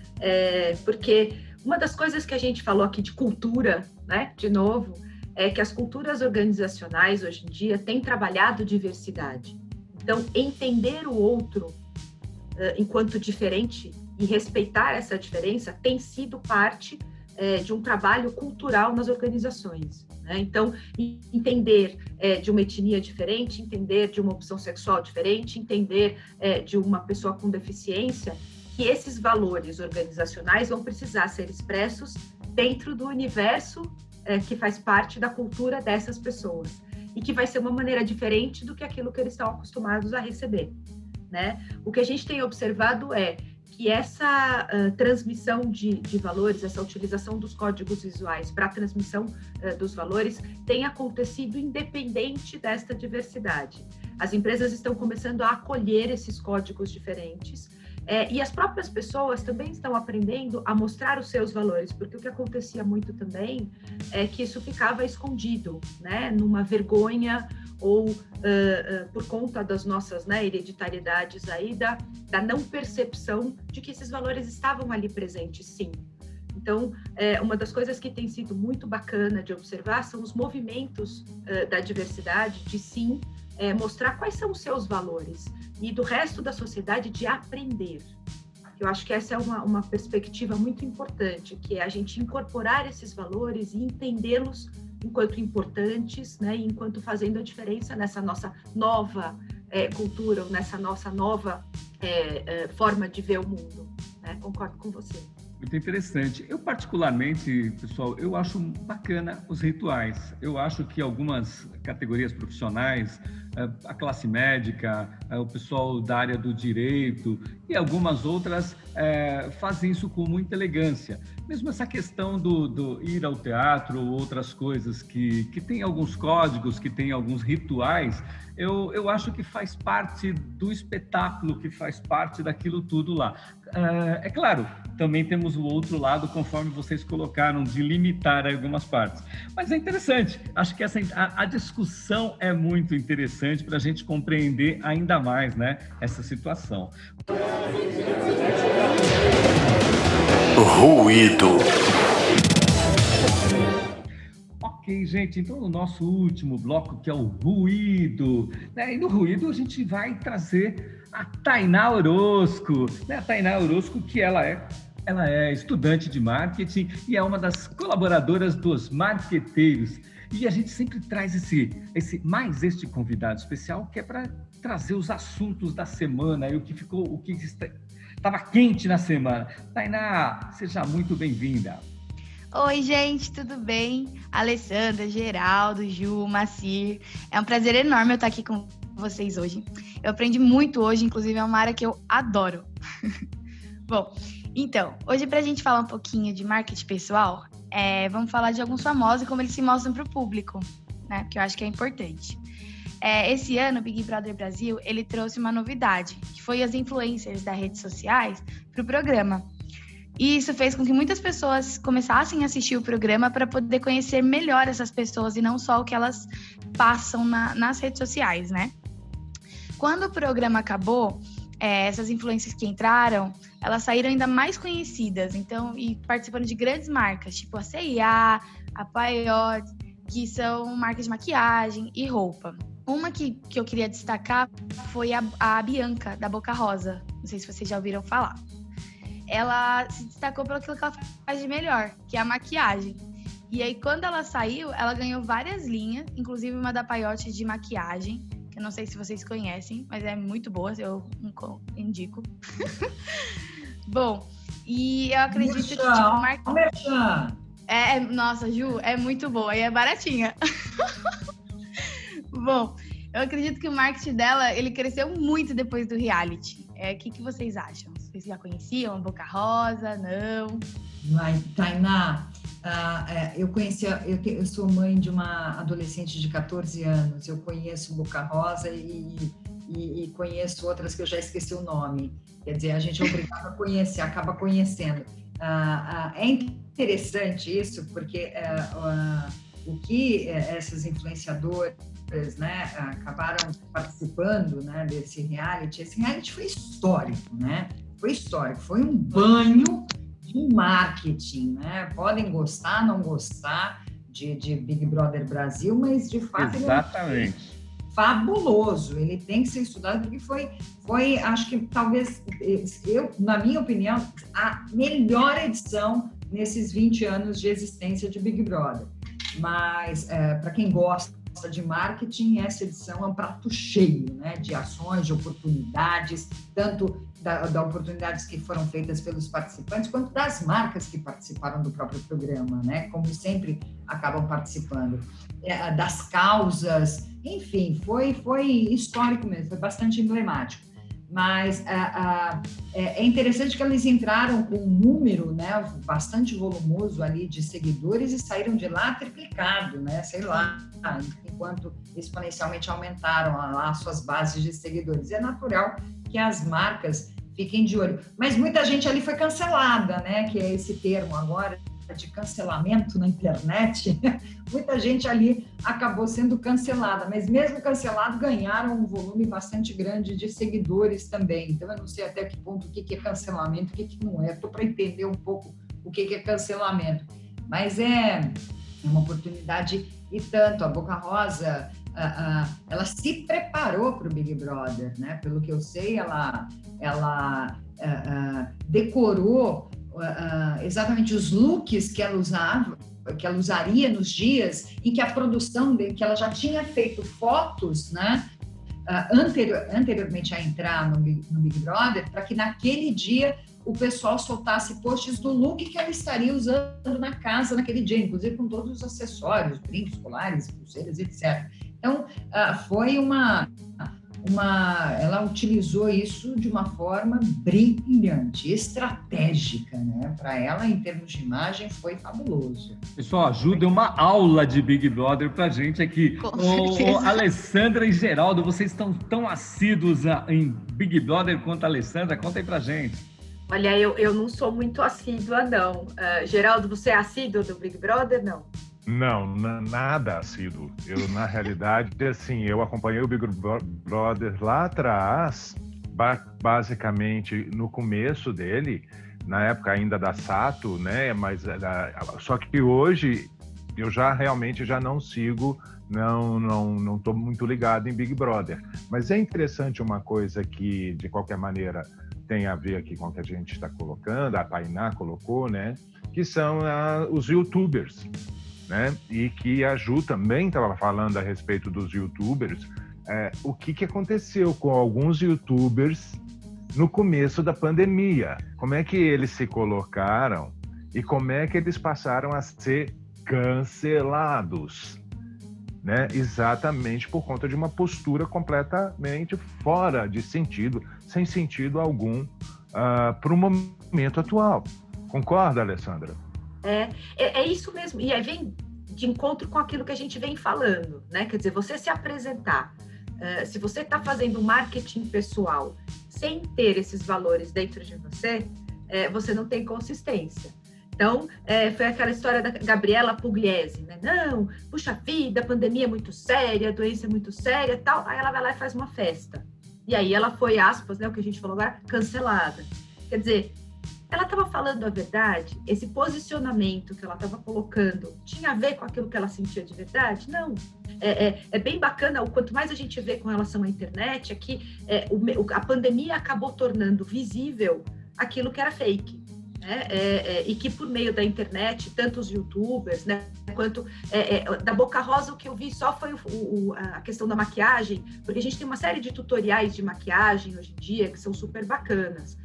porque uma das coisas que a gente falou aqui de cultura, né, de novo, é que as culturas organizacionais hoje em dia têm trabalhado diversidade. Então, entender o outro enquanto diferente e respeitar essa diferença tem sido parte de um trabalho cultural nas organizações, né? Então, entender de uma etnia diferente, entender de uma opção sexual diferente, entender de uma pessoa com deficiência, que esses valores organizacionais vão precisar ser expressos dentro do universo que faz parte da cultura dessas pessoas e que vai ser uma maneira diferente do que aquilo que eles estão acostumados a receber, né? O que a gente tem observado é que essa transmissão de valores, essa utilização dos códigos visuais para a transmissão dos valores tem acontecido independente desta diversidade. As empresas estão começando a acolher esses códigos diferentes e as próprias pessoas também estão aprendendo a mostrar os seus valores, porque o que acontecia muito também é que isso ficava escondido, né, numa vergonha ou por conta das nossas, né, hereditariedades aí, da não percepção de que esses valores estavam ali presentes, sim. Então, uma das coisas que tem sido muito bacana de observar são os movimentos da diversidade, de sim mostrar quais são os seus valores e do resto da sociedade de aprender. Eu acho que essa é uma perspectiva muito importante, que é a gente incorporar esses valores e entendê-los enquanto importantes, né, e enquanto fazendo a diferença nessa nossa nova cultura, ou nessa nossa nova forma de ver o mundo. Né? Concordo com você. Muito interessante. Eu, particularmente, pessoal, eu acho bacana os rituais. Eu acho que algumas categorias profissionais, a classe médica, o pessoal da área do direito e algumas outras fazem isso com muita elegância. Mesmo essa questão do ir ao teatro ou outras coisas que tem alguns códigos, que tem alguns rituais, eu acho que faz parte do espetáculo, que faz parte daquilo tudo lá. É claro, também temos o outro lado, conforme vocês colocaram, de limitar algumas partes. Mas é interessante, acho que a discussão é muito interessante para a gente compreender ainda mais, né, essa situação. Ruído. Ok, gente, então no nosso último bloco, que é o ruído, né? E no ruído a gente vai trazer a Tainá Orozco, né? A Tainá Orozco, que ela é estudante de marketing e é uma das colaboradoras dos Marqueteiros. E a gente sempre traz este convidado especial, que é para trazer os assuntos da semana e o que estava quente na semana. Tainá, seja muito bem-vinda. Oi, gente, tudo bem? Alessandra, Geraldo, Ju, Macir. É um prazer enorme eu estar aqui com vocês hoje. Eu aprendi muito hoje, inclusive é uma área que eu adoro. Bom, então, hoje para a gente falar um pouquinho de marketing pessoal, vamos falar de alguns famosos e como eles se mostram para o público, né? Que eu acho que é importante. Esse ano, o Big Brother Brasil, ele trouxe uma novidade, que foi as influencers das redes sociais para o programa. E isso fez com que muitas pessoas começassem a assistir o programa para poder conhecer melhor essas pessoas e não só o que elas passam nas redes sociais, né? Quando o programa acabou, essas influências que entraram, elas saíram ainda mais conhecidas, então, e participando de grandes marcas, tipo a C&A, a Paiot, que são marcas de maquiagem e roupa. Uma que eu queria destacar foi a Bianca, da Boca Rosa. Não sei se vocês já ouviram falar. Ela se destacou pelo que ela faz de melhor, que é a maquiagem. E aí, quando ela saiu, ela ganhou várias linhas, inclusive uma da Paiot de maquiagem, que eu não sei se vocês conhecem, mas é muito boa, eu indico. Bom, e eu acredito que nossa, Ju, é muito boa e é baratinha. Bom, eu acredito que o marketing dela, ele cresceu muito depois do reality. O que vocês acham? Vocês já conheciam a Boca Rosa? Não? Tainá, eu sou mãe de uma adolescente de 14 anos. Eu conheço Boca Rosa e conheço outras que eu já esqueci o nome. Quer dizer, a gente é obrigado a conhecer, acaba conhecendo. É interessante isso, porque o que essas influenciadoras, né, acabaram participando, né, desse reality. Esse reality foi histórico, né? Foi histórico, foi um banho de marketing, né? Podem gostar, não gostar de Big Brother Brasil, mas de fato exatamente. Ele é fabuloso, ele tem que ser estudado porque foi, acho que talvez, na minha opinião, a melhor edição nesses 20 anos de existência de Big Brother. Mas para quem gosta de marketing, essa edição é um prato cheio, né, de ações, de oportunidades, tanto das oportunidades que foram feitas pelos participantes, quanto das marcas que participaram do próprio programa, né, como sempre acabam participando, das causas, enfim, foi histórico mesmo, foi bastante emblemático. Mas é interessante que eles entraram com um número, né, bastante volumoso ali de seguidores e saíram de lá triplicado, né, sei lá, enquanto exponencialmente aumentaram lá suas bases de seguidores. É natural que as marcas fiquem de olho. Mas muita gente ali foi cancelada, né, que é esse termo agora de cancelamento na internet. Muita gente ali acabou sendo cancelada, mas mesmo cancelado ganharam um volume bastante grande de seguidores também. Então eu não sei até que ponto o que é cancelamento, o que não é. Estou para entender um pouco o que é cancelamento. Mas é uma oportunidade e tanto. A Boca Rosa, ela se preparou para o Big Brother, né? Pelo que eu sei, ela decorou exatamente os looks que ela usava, que ela usaria nos dias em que a produção que ela já tinha feito fotos, né? Anteriormente a entrar no Big Brother, para que naquele dia o pessoal soltasse posts do look que ela estaria usando na casa naquele dia, inclusive com todos os acessórios, brincos, colares, pulseiras, etc. Então, foi ela utilizou isso de uma forma brilhante, estratégica, né? Para ela, em termos de imagem, foi fabuloso. Pessoal, ajuda uma aula de Big Brother pra gente aqui. Alessandra e Geraldo, vocês estão tão assíduos em Big Brother quanto a Alessandra? Conta aí pra gente. Olha, eu não sou muito assídua, não. Geraldo, você é assíduo do Big Brother? Não. Não, nada assíduo. Eu, na realidade, assim, eu acompanhei o Big Brother lá atrás, basicamente no começo dele, na época ainda da Sato, né? Mas só que hoje eu realmente já não sigo, não estou muito ligado em Big Brother. Mas é interessante uma coisa que, de qualquer maneira, tem a ver aqui com o que a gente está colocando, a Tainá colocou, né? Que são os YouTubers. Né? E que a Ju também estava falando a respeito dos YouTubers, o que aconteceu com alguns YouTubers no começo da pandemia, como é que eles se colocaram e como é que eles passaram a ser cancelados, né? Exatamente por conta de uma postura completamente fora de sentido, sem sentido algum para o momento atual. Concorda, Alessandra? É isso mesmo, e aí vem de encontro com aquilo que a gente vem falando, né? Quer dizer, você se apresentar, se você está fazendo marketing pessoal sem ter esses valores dentro de você, você não tem consistência. Então, foi aquela história da Gabriela Pugliese, né? Não, puxa vida, a pandemia é muito séria, a doença é muito séria, tal. Aí ela vai lá e faz uma festa. E aí ela foi, aspas, né, o que a gente falou agora, cancelada. Quer dizer, ela estava falando a verdade? Esse posicionamento que ela estava colocando tinha a ver com aquilo que ela sentia de verdade? Não. É bem bacana, o quanto mais a gente vê com relação à internet, é que a pandemia acabou tornando visível aquilo que era fake. E que por meio da internet, tanto os YouTubers, né, quanto da Boca Rosa, o que eu vi só foi a questão da maquiagem, porque a gente tem uma série de tutoriais de maquiagem hoje em dia que são super bacanas.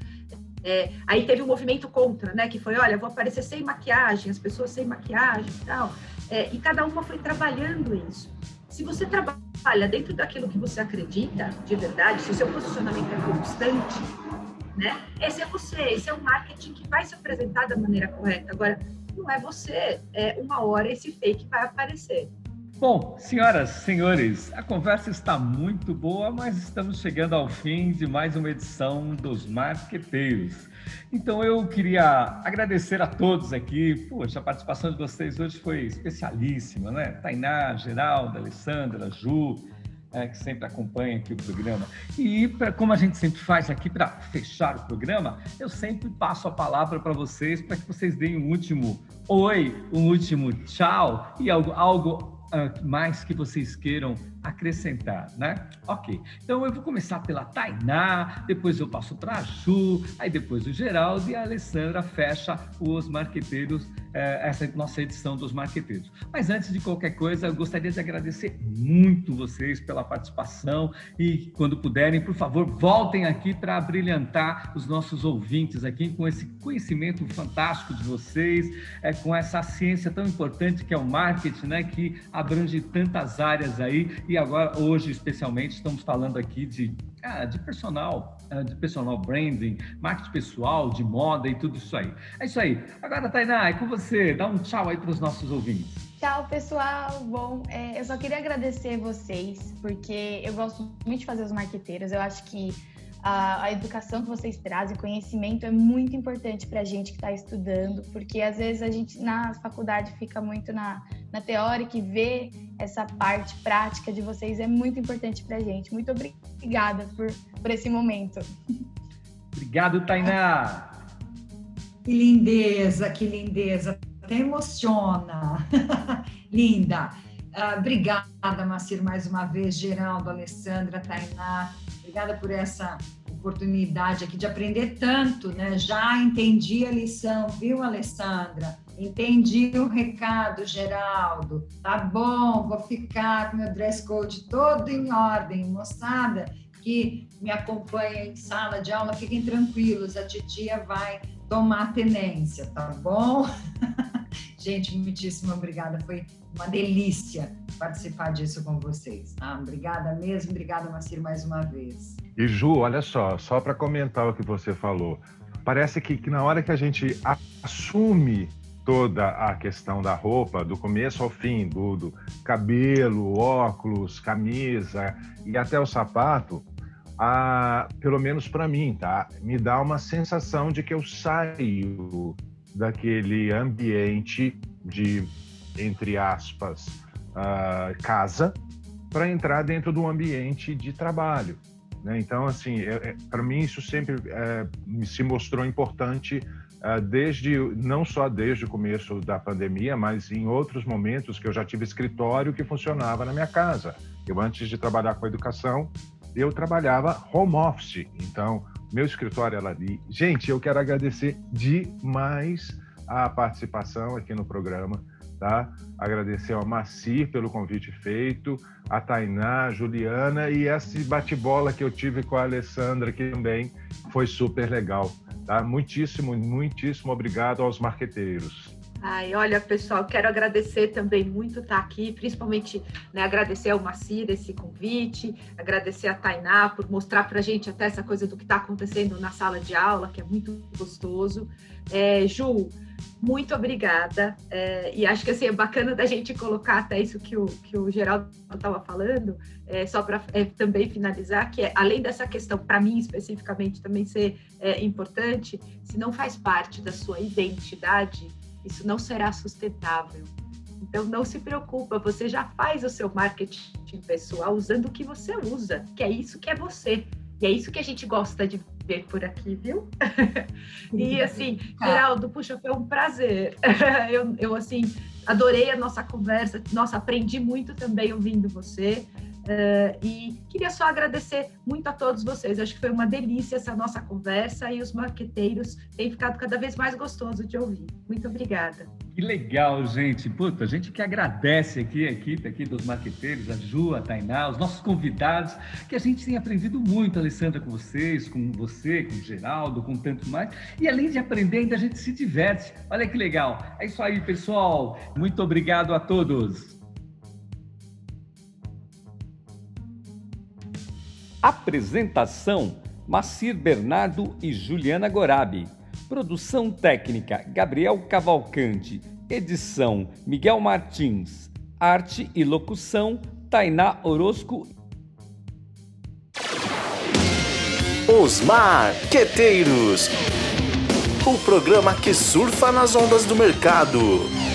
Aí teve um movimento contra, né, que foi, olha, vou aparecer sem maquiagem, as pessoas sem maquiagem e tal, e cada uma foi trabalhando isso. Se você trabalha dentro daquilo que você acredita, de verdade, se o seu posicionamento é constante, né, esse é você, esse é o marketing que vai se apresentar da maneira correta. Agora, não é você, uma hora esse fake vai aparecer. Bom, senhoras, senhores, a conversa está muito boa, mas estamos chegando ao fim de mais uma edição dos Marqueteiros. Então eu queria agradecer a todos aqui. Poxa, a participação de vocês hoje foi especialíssima, né? Tainá, Geraldo, Alessandra, Ju, que sempre acompanha aqui o programa. E como a gente sempre faz aqui para fechar o programa, eu sempre passo a palavra para vocês, para que vocês deem um último oi, um último tchau e algo mais que vocês queiram acrescentar, né? Ok, então eu vou começar pela Tainá, depois eu passo para a Ju, aí depois o Geraldo e a Alessandra fecha os Marqueteiros, essa nossa edição dos Marqueteiros. Mas antes de qualquer coisa, eu gostaria de agradecer muito vocês pela participação e quando puderem, por favor, voltem aqui para brilhantar os nossos ouvintes aqui com esse conhecimento fantástico de vocês, com essa ciência tão importante que é o marketing, né? Que abrange tantas áreas aí. E agora, hoje, especialmente, estamos falando aqui de personal branding, marketing pessoal, de moda e tudo isso aí. É isso aí. Agora, Tainá, é com você. Dá um tchau aí para os nossos ouvintes. Tchau, pessoal. Bom, eu só queria agradecer vocês, porque eu gosto muito de fazer os marqueteiros. Eu acho que a educação que vocês trazem, conhecimento é muito importante para a gente que está estudando, porque às vezes a gente na faculdade fica muito na teórica e ver essa parte prática de vocês é muito importante para a gente. Muito obrigada por esse momento. Obrigado, Tainá. Que lindeza, que lindeza. Até emociona. Linda. Obrigada, Macir, mais uma vez. Geraldo, Alessandra, Tainá. Obrigada por essa oportunidade aqui de aprender tanto, né? Já entendi a lição, viu, Alessandra? Entendi o recado, Geraldo. Tá bom, vou ficar com meu dress code todo em ordem. Moçada que me acompanha em sala de aula, fiquem tranquilos, a titia vai tomar tenência, tá bom? Gente, muitíssimo obrigada, foi uma delícia participar disso com vocês, tá? Obrigada mesmo, obrigada, Macir, mais uma vez. E Ju, olha só para comentar o que você falou, parece que na hora que a gente assume toda a questão da roupa, do começo ao fim, do cabelo, óculos, camisa e até o sapato, pelo menos para mim, tá? Me dá uma sensação de que eu saio daquele ambiente de, entre aspas, casa, para entrar dentro do ambiente de trabalho, né? Então, assim, para mim isso sempre se mostrou importante, não só desde o começo da pandemia, mas em outros momentos que eu já tive escritório que funcionava na minha casa. Eu, antes de trabalhar com educação, eu trabalhava home office, então meu escritório era ali. Gente, eu quero agradecer demais a participação aqui no programa, tá? Agradecer ao Macir pelo convite feito, a Tainá, a Juliana, e esse bate-bola que eu tive com a Alessandra, que também foi super legal, tá? Muitíssimo obrigado aos marqueteiros. Ai, olha, pessoal, quero agradecer também muito estar aqui, principalmente, né, agradecer ao Macir esse convite, agradecer a Tainá por mostrar para a gente até essa coisa do que está acontecendo na sala de aula, que é muito gostoso. Ju, muito obrigada, e acho que assim, é bacana da gente colocar até isso que o Geraldo estava falando, só para também finalizar, que além dessa questão, para mim especificamente, também ser importante, se não faz parte da sua identidade, isso não será sustentável. Então, não se preocupa, você já faz o seu marketing pessoal usando o que você usa, que é isso que é você. E é isso que a gente gosta de ver por aqui, viu? E, assim, Geraldo, puxa, foi um prazer. Eu assim, adorei a nossa conversa. Nossa, aprendi muito também ouvindo você. E queria só agradecer muito a todos vocês. Acho que foi uma delícia essa nossa conversa e os marqueteiros têm ficado cada vez mais gostoso de ouvir. Muito obrigada. Que legal, gente. Puta, a gente que agradece aqui a equipe aqui dos marqueteiros, a Ju, a Tainá, os nossos convidados, que a gente tem aprendido muito, Alessandra, com vocês, com você, com o Geraldo, com tanto mais. E além de aprender, ainda a gente se diverte. Olha que legal. É isso aí, pessoal. Muito obrigado a todos. Apresentação: Macir Bernardo e Juliana Gorabi. Produção técnica: Gabriel Cavalcante. Edição: Miguel Martins. Arte e locução: Tainá Orozco. Os Marqueteiros, o programa que surfa nas ondas do mercado.